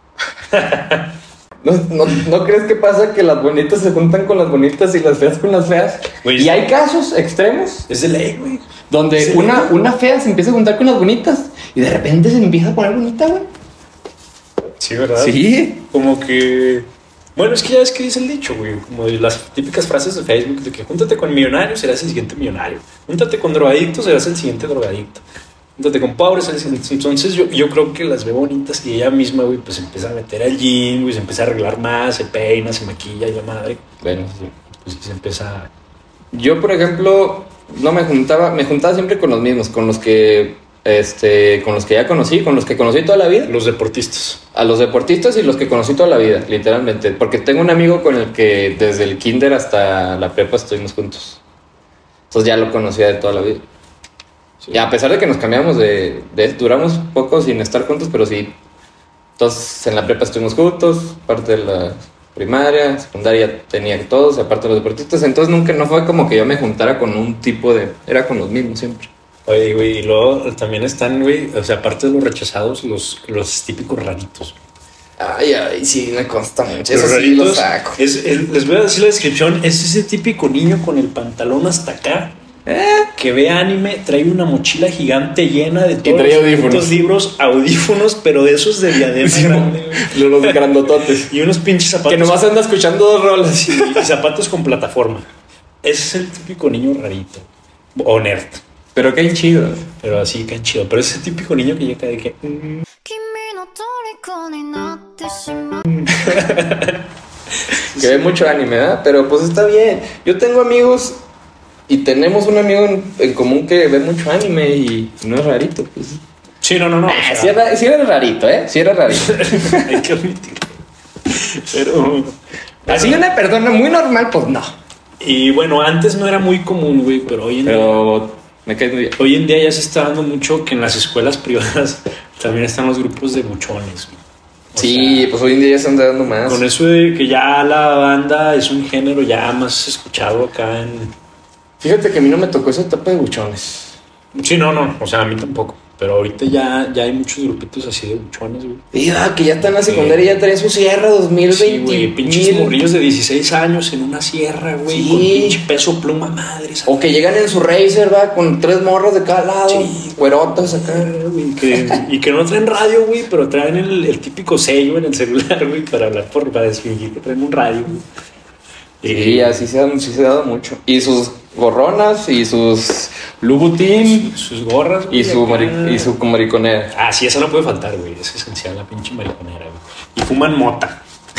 ¿No crees que pasa que las bonitas se juntan con las bonitas y las feas con las feas? Wey, y hay casos extremos. Es de ley, güey. Donde una fea se empieza a juntar con las bonitas y de repente se empieza a poner bonita, güey. Sí, ¿verdad? Sí. Como que... Bueno, es que ya ves que dice el dicho, güey. Como de las típicas frases de Facebook de que júntate con millonarios, serás el siguiente millonario. Júntate con drogadictos, serás el siguiente drogadicto. Júntate con pobres, serás el siguiente. Entonces yo creo que las ve bonitas y ella misma, güey, pues se empieza a meter al gym, güey, se empieza a arreglar más, se peina, se maquilla y la madre. Bueno, sí. Pues se empieza... Yo, por ejemplo, no me juntaba siempre con los mismos, con los que ya conocí, con los que conocí toda la vida. Los deportistas. A los deportistas y los que conocí toda la vida, literalmente. Porque tengo un amigo con el que desde el kinder hasta la prepa estuvimos juntos. Entonces ya lo conocía de toda la vida. Sí. Y a pesar de que nos cambiamos duramos poco sin estar juntos, pero sí. Entonces en la prepa estuvimos juntos, parte de la primaria, secundaria tenía todos, aparte de los deportistas. Entonces no fue como que yo me juntara con un tipo de... Era con los mismos siempre. Oye, güey, y luego también están, güey, o sea, aparte de los rechazados, los típicos raritos. Ay, sí, me consta mucho. Los raritos, sí lo saco. Les voy a decir la descripción, es ese típico niño con el pantalón hasta acá, que ve anime, trae una mochila gigante llena de todos los libros, audífonos, pero de esos de diadema grande, güey. Los grandototes. Y unos pinches zapatos. Que nomás anda escuchando dos rolas. Y zapatos con plataforma. Ese es el típico niño rarito. O nerd. Pero qué chido. Pero así, qué chido. Pero ese típico niño que llega de que... Que ve mucho anime, ¿verdad? Pero pues está bien. Yo tengo amigos y tenemos un amigo en común que ve mucho anime y no es rarito, pues. Sí, no. O sea, sí era rarito, ¿eh? Sí era rarito. Hay que admitirlo. Pero... Así una persona muy normal, pues no. Y bueno, antes no era muy común, güey, pero hoy en día... Me cae muy bien. Hoy en día ya se está dando mucho que en las escuelas privadas también están los grupos de buchones, güey. Sí, sea, pues hoy en día ya se anda dando más. Con eso de que ya la banda es un género ya más escuchado acá en... Fíjate que a mí no me tocó esa etapa de buchones. Sí, no, o sea, a mí tampoco. Pero ahorita ya hay muchos grupitos así de buchones, güey. Mira, que ya están en la secundaria y ya traen su sierra 2020. Sí, güey, pinches morrillos de 16 años en una sierra, güey, sí. Con pinche peso pluma madre. ¿sabes? O que llegan en su racer, va, con 3 morras de cada lado. Sí. Güerotas acá, güey. Y que no traen radio, güey, pero traen el típico sello en el celular, güey, para hablar para desfingir que traen un radio, güey. Sí, así se ha dado mucho. Y sus gorronas y sus Louboutin Sus gorras, güey, y su, acá. y su mariconera. Ah, sí, esa no puede faltar, güey. Es esencial, la pinche mariconera, güey. Y fuman mota.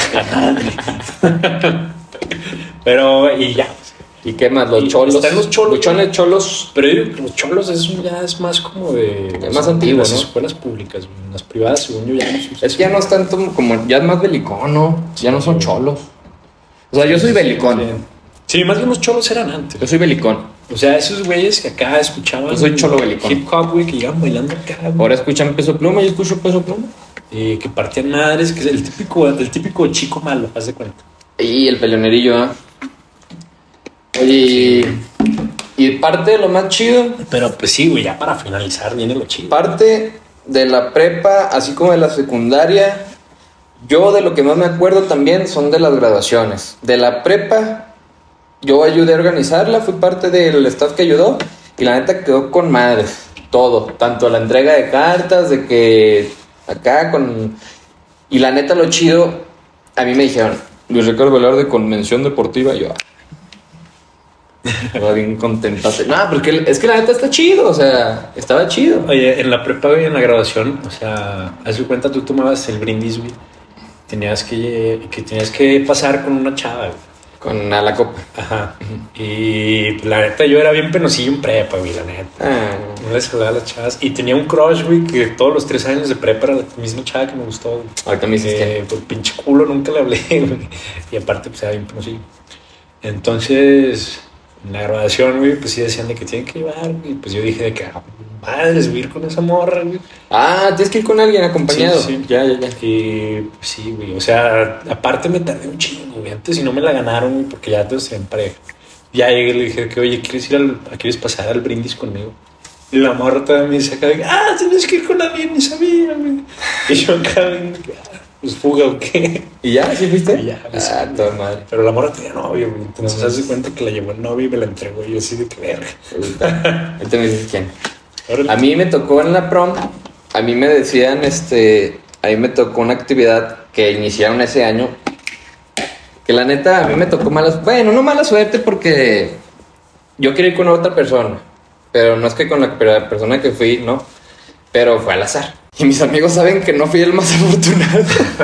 Pero, y ya. ¿Y qué más? Los Y cholos. están los cholos. Buchones cholos. Pero yo digo que los cholos ya es más como de... Es más antiguo, las ¿no? escuelas públicas, güey. En las privadas, según yo, ya no se usa. Es que ya no es tanto como... Ya es más belicón, ¿no? Ya no son cholos. O sea, yo soy belicón. Sí, más bien los cholos eran antes. Yo soy belicón. O sea, esos güeyes que acá escuchaban... Yo soy cholo belicón. Hip hop, güey, que llegaban bailando acá, güey. Ahora escuchan Peso Pluma, yo escucho Peso Pluma. Que partían madres, que es el típico chico malo, haz de cuenta. Y el peleonerillo, ¿ah? Oye, y parte de lo más chido, Pero pues sí, güey, ya para finalizar viene lo chido. parte de la prepa, así como de la secundaria, yo de lo que más me acuerdo también son de las graduaciones. De la prepa, yo ayudé a organizarla, fui parte del staff que ayudó, y la neta quedó con madres, todo, tanto la entrega de cartas, de que acá con... Y la neta lo chido, a mí me dijeron, Luis Ricardo Velarde de Convención Deportiva, y yo... Estaba bien contenta. No, porque es que la neta está chido, o sea, estaba chido. Oye, en la prepa, güey, en la graduación, o sea, haz de cuenta, tú tomabas el brindis, güey. Tenías que pasar con una chava, güey. Con a la copa. Ajá. Y la neta, yo era bien penosillo en prepa, güey, la neta. Ah, No les jalaba a las chavas. Y tenía un crush, güey, que todos los 3 años de prepa era la misma chava que me gustó, güey. ahorita me dices que... Por pinche culo nunca le hablé, güey. Y aparte, pues era bien penosillo. Entonces, en la graduación, güey, pues sí decían de que tienen que llevar, güey. Pues yo dije de que, madres, voy a ir con esa morra, güey. Ah, tienes que ir con alguien acompañado. Sí, sí. Ya. Y pues, sí, güey. O sea, aparte me tardé un chingo, güey. Antes si no me la ganaron, güey, porque ya todos en pareja. Ya llegué y le dije que, oye, ¿quieres pasar al brindis conmigo? Y la morra todavía me dice acá, tienes que ir con alguien, ni sabía, güey. Y yo acá, pues fuga o qué. ¿Y ya? ¿Sí fuiste? Y ya, pues, Ah, toda madre. Pero la morra tenía novio, güey. Entonces haz de cuenta que la llevó el novio y me la entregó. Y yo así de que verga. Ahorita me dices quién. Órale. A mí me tocó en la prom, a mí me decían, a mí me tocó una actividad que iniciaron ese año, que la neta, a mí me tocó no mala suerte porque yo quería ir con otra persona, pero no es que con la persona que fui, no, pero fue al azar. Y mis amigos saben que no fui el más afortunado.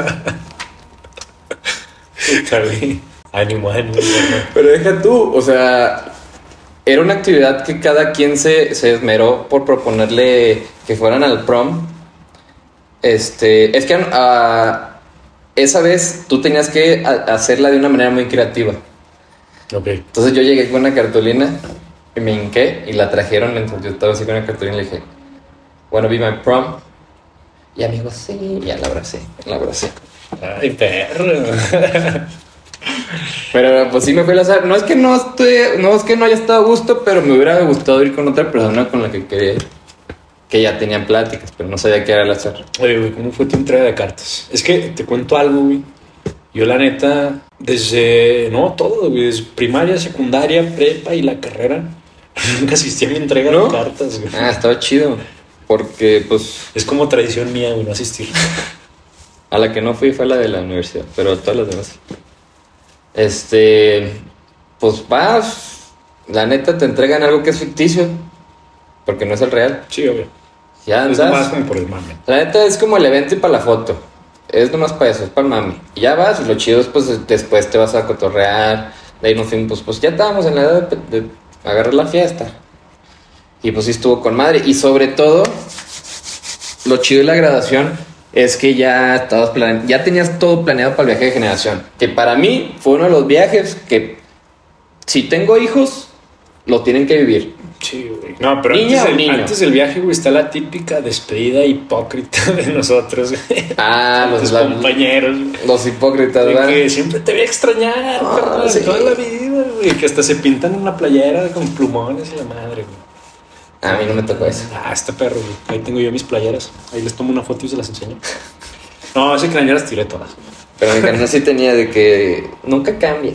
Puta, güey. Ánimo. Pero deja tú, o sea, era una actividad que cada quien se esmeró por proponerle que fueran al prom. Es que esa vez tú tenías que hacerla de una manera muy creativa. Ok. Entonces yo llegué con una cartulina y me hinqué y la trajeron. Entonces yo estaba así con una cartulina y le dije, wanna be my prom. Y amigos, sí, ya la abracé. Ay, perro. Pero pues sí me fue al azar. No es que no haya estado a gusto, pero me hubiera gustado ir con otra persona con la que quería ir, que ya tenían pláticas, pero no sabía qué era el azar. Oye, güey, ¿cómo fue tu entrega de cartas? Es que te cuento algo, güey. Yo, la neta, todo, güey, desde primaria, secundaria, prepa y la carrera, nunca asistí a mi entrega ¿No? de cartas, güey. Ah, estaba chido. Porque pues Es como tradición mía, güey, no asistir. a la que no fui fue a la de la universidad, pero a todas las demás. Pues vas, la neta te entregan algo que es ficticio, porque no es el real. Sí, obvio. Ya Es andas. más como por el mame. La neta es como el evento y para la foto. Es nomás para eso, es para el mami. Y ya vas, y lo chido es pues después te vas a cotorrear. De ahí nos fuimos, pues ya estábamos en la edad de agarrar la fiesta. Y pues sí estuvo con madre. Y sobre todo, lo chido de la graduación es que ya tenías todo planeado para el viaje de generación. Que para mí fue uno de los viajes que, si tengo hijos, lo tienen que vivir. Sí, güey. No, pero ¿Niña o niño? antes del viaje, güey, está la típica despedida hipócrita de nosotros, güey. Ah, Los compañeros, güey. los hipócritas, De ¿verdad? que siempre te voy a extrañar, carnal, sí. toda la vida, güey. Que hasta se pintan en la playera con plumones y la madre, güey. A mí no me tocó eso. Este perro, güey. Ahí tengo yo mis playeras. Ahí les tomo una foto y se las enseño. No, ese que las tiré todas. Pero mi canal sí tenía de que nunca cambies.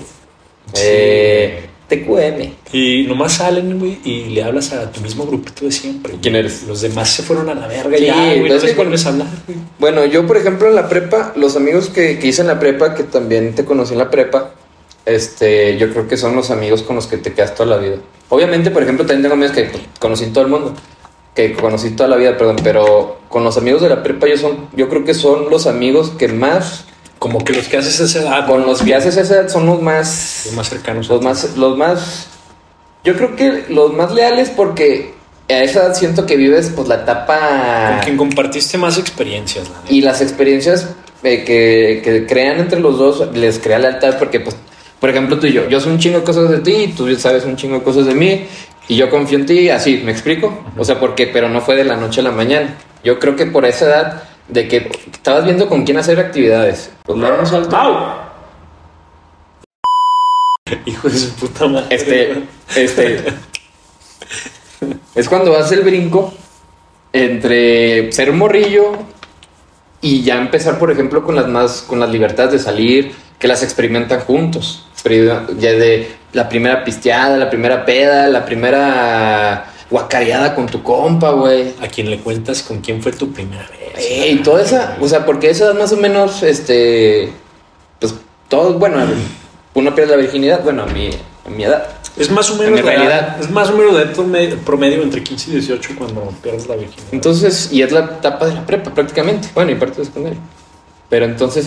TQM. Y nomás salen, güey, y le hablas a tu mismo grupito de siempre. ¿Quién eres? Los demás se fueron a la verga Sí, ya, güey. pero No es que les vuelves a hablar, güey. Bueno, yo por ejemplo en la prepa, los amigos que hice en la prepa, que también te conocí en la prepa, yo creo que son los amigos con los que te quedas toda la vida. Obviamente, por ejemplo, también tengo amigos que conocí en todo el mundo, que conocí toda la vida, perdón, pero con los amigos de la prepa yo creo que son los amigos que más... Como que los que haces a esa edad. Con los que haces a esa edad son los más cercanos. Los más... Yo creo que los más leales, porque a esa edad siento que vives pues la etapa... Con quien compartiste más experiencias, ¿no? Y las experiencias que crean entre los dos les crea lealtad, porque pues, por ejemplo, tú y yo sé un chingo de cosas de ti y tú sabes un chingo de cosas de mí y yo confío en ti, así, ¿me explico? O sea, pero no fue de la noche a la mañana. Yo creo que por esa edad de que estabas viendo con quién hacer actividades. Pues le damos alto. ¡Au! Hijo de su puta madre. Es cuando vas el brinco entre ser morrillo y ya empezar, por ejemplo, con las libertades de salir, que las experimentan juntos. Ya de la primera pisteada, la primera peda, la primera guacareada con tu compa, güey. A quien le cuentas con quién fue tu primera vez. Y toda esa, o sea, porque esa más o menos, pues todo, bueno, uno pierde la virginidad, bueno, a mi edad. Es más o menos en realidad. Es más o menos de promedio entre 15 y 18 cuando pierdes la virginidad. Entonces, y es la etapa de la prepa prácticamente, bueno, y parte de secundaria. Pero entonces,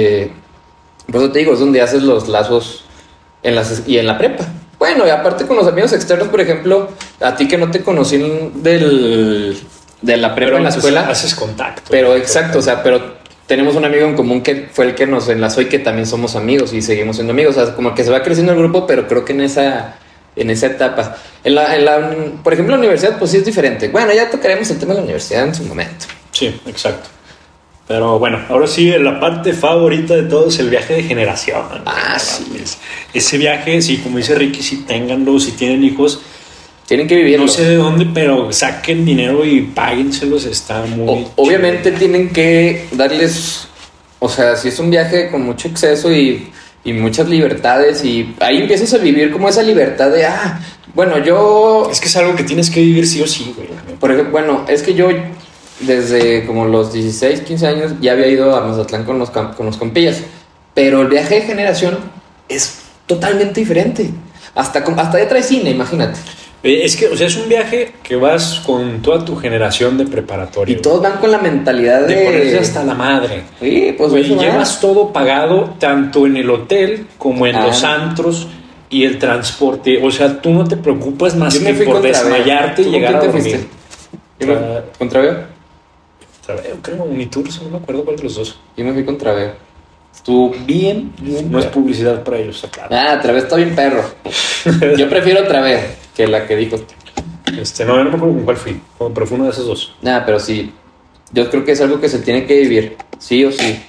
por eso te digo, es donde haces los lazos en la prepa. Bueno, y aparte con los amigos externos, por ejemplo, a ti que no te conocí de la prepa en la escuela. Haces contacto. Pero exacto, o sea, pero tenemos un amigo en común que fue el que nos enlazó y que también somos amigos y seguimos siendo amigos. O sea, como que se va creciendo el grupo, pero creo que en esa etapa. Por ejemplo, la universidad, pues sí es diferente. Bueno, ya tocaremos el tema de la universidad en su momento. Sí, exacto. Pero bueno, ahora sí, la parte favorita de todo es el viaje de generación. Sí. Ese viaje, sí, como dice Ricky, si ténganlo, si tienen hijos, tienen que vivirlo. No sé de dónde, pero saquen dinero y páguenselos, está muy... Obviamente tienen que darles... O sea, si es un viaje con mucho exceso y muchas libertades, y ahí empiezas a vivir como esa libertad de... bueno, yo... Es que es algo que tienes que vivir sí o sí, güey. Por ejemplo, bueno, es que yo... Desde como los 16, 15 años ya había ido a Mazatlán con los compillas. Pero el viaje de generación es totalmente diferente. Hasta ya trae cine, imagínate. Es que, o sea, es un viaje que vas con toda tu generación de preparatoria. Y todos van con la mentalidad de ponerse hasta la madre. Sí, pues y llevas todo pagado, tanto en el hotel como en los antros y el transporte. O sea, tú no te preocupas más que por desmayarte y llegar a dormir. ¿Con Traveo? Creo Unitours, no me acuerdo cuál de los dos. Yo me fui con Traveo. Estuvo bien. No es publicidad para ellos, claro. Traveo está bien perro. Yo prefiero Traveo que la que dijo. No me acuerdo con cuál fui, pero fue uno de esos dos. Pero sí. Yo creo que es algo que se tiene que vivir, sí o sí.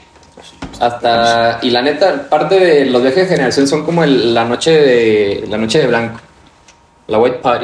Y la neta, parte de los viajes de generación son como la noche de blanco. La white party.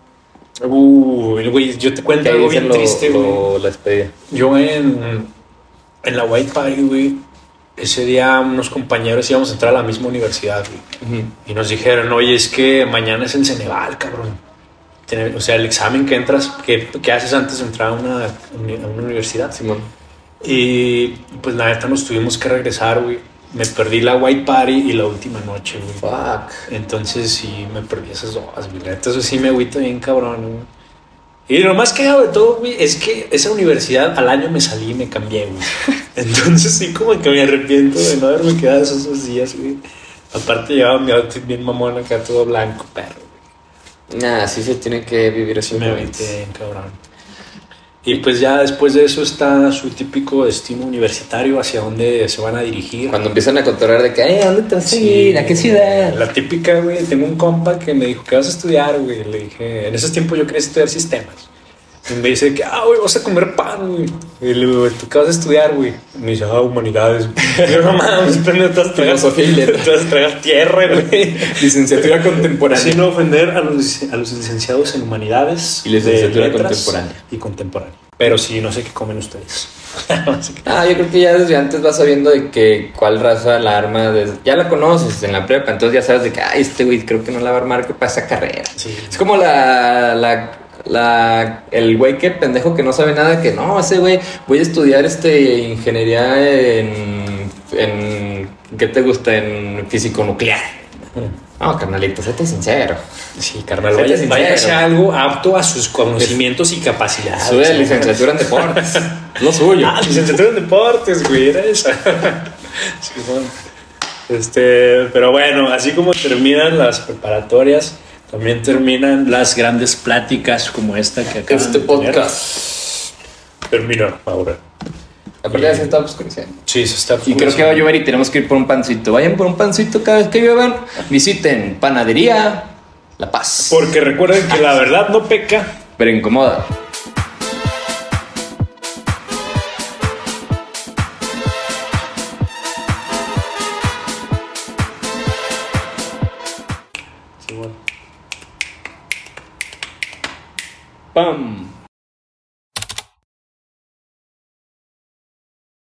Güey, yo te cuento algo bien triste, güey. La despedida. Yo en la White Party, güey, ese día unos compañeros íbamos a entrar a la misma universidad, güey. Y nos dijeron, oye, es que mañana es en Ceneval, cabrón. O sea, el examen que entras, que haces antes de entrar a una universidad. Simón. Y pues la neta nos tuvimos que regresar, güey. Me perdí la White Party y la última noche, güey. Fuck. Entonces sí, me perdí esas dos, güey. Entonces sí me agüito bien cabrón, güey. Y lo más cagado de todo, güey, es que esa universidad al año me salí y me cambié, güey. Entonces sí como que me arrepiento de no haberme quedado esos 2 días, güey. Aparte llevaba mi outfit bien mamón acá, todo blanco, perro, güey. Sí se tiene que vivir así. Me agüité bien cabrón. Y pues ya después de eso está su típico destino universitario, hacia dónde se van a dirigir. Cuando empiezan a controlar de que, ¿a dónde te vas a ir? ¿A qué ciudad? La típica, güey. Tengo un compa que me dijo, ¿qué vas a estudiar, güey? Le dije, en esos tiempos yo quería estudiar sistemas. Y me dice que, güey, vas a comer pan, güey. Y le digo, ¿tú qué vas a estudiar, güey? Y me dice, humanidades. Y yo, no mames, pero te vas a tragar filosofía y letras. Te vas a tragar tierra, güey. Licenciatura contemporánea. Sin ofender a los licenciados en humanidades. Y licenciatura contemporánea. Y contemporánea. Pero sí, no sé qué comen ustedes. Yo creo que ya desde antes vas sabiendo de que cuál raza la arma. Ya la conoces en la prepa, entonces ya sabes de que, este güey creo que no la va a armar que para esa carrera. Sí. Es como el güey que pendejo que no sabe nada, que no, ese güey, voy a estudiar ingeniería en ¿qué te gusta? En físico nuclear. No, carnalito, séte sincero. Sí, carnal, Séte sincero. vaya a hacer algo apto a sus conocimientos y capacidades. Sube licenciatura en deportes. Lo suyo. Ah, licenciatura en deportes, güey, era esa. Sí, bueno. Pero bueno, así como terminan las preparatorias, también terminan las grandes pláticas como esta que acaban Este de tener. podcast. Termina ahora. Aparte ya se está oscureciendo. Sí, se está. Y creo que va a llover y tenemos que ir por un pancito. Vayan por un pancito cada vez que lluevan. Visiten Panadería La Paz. Porque recuerden que la verdad no peca. Pero incomoda. Sí, bueno. ¡Pam!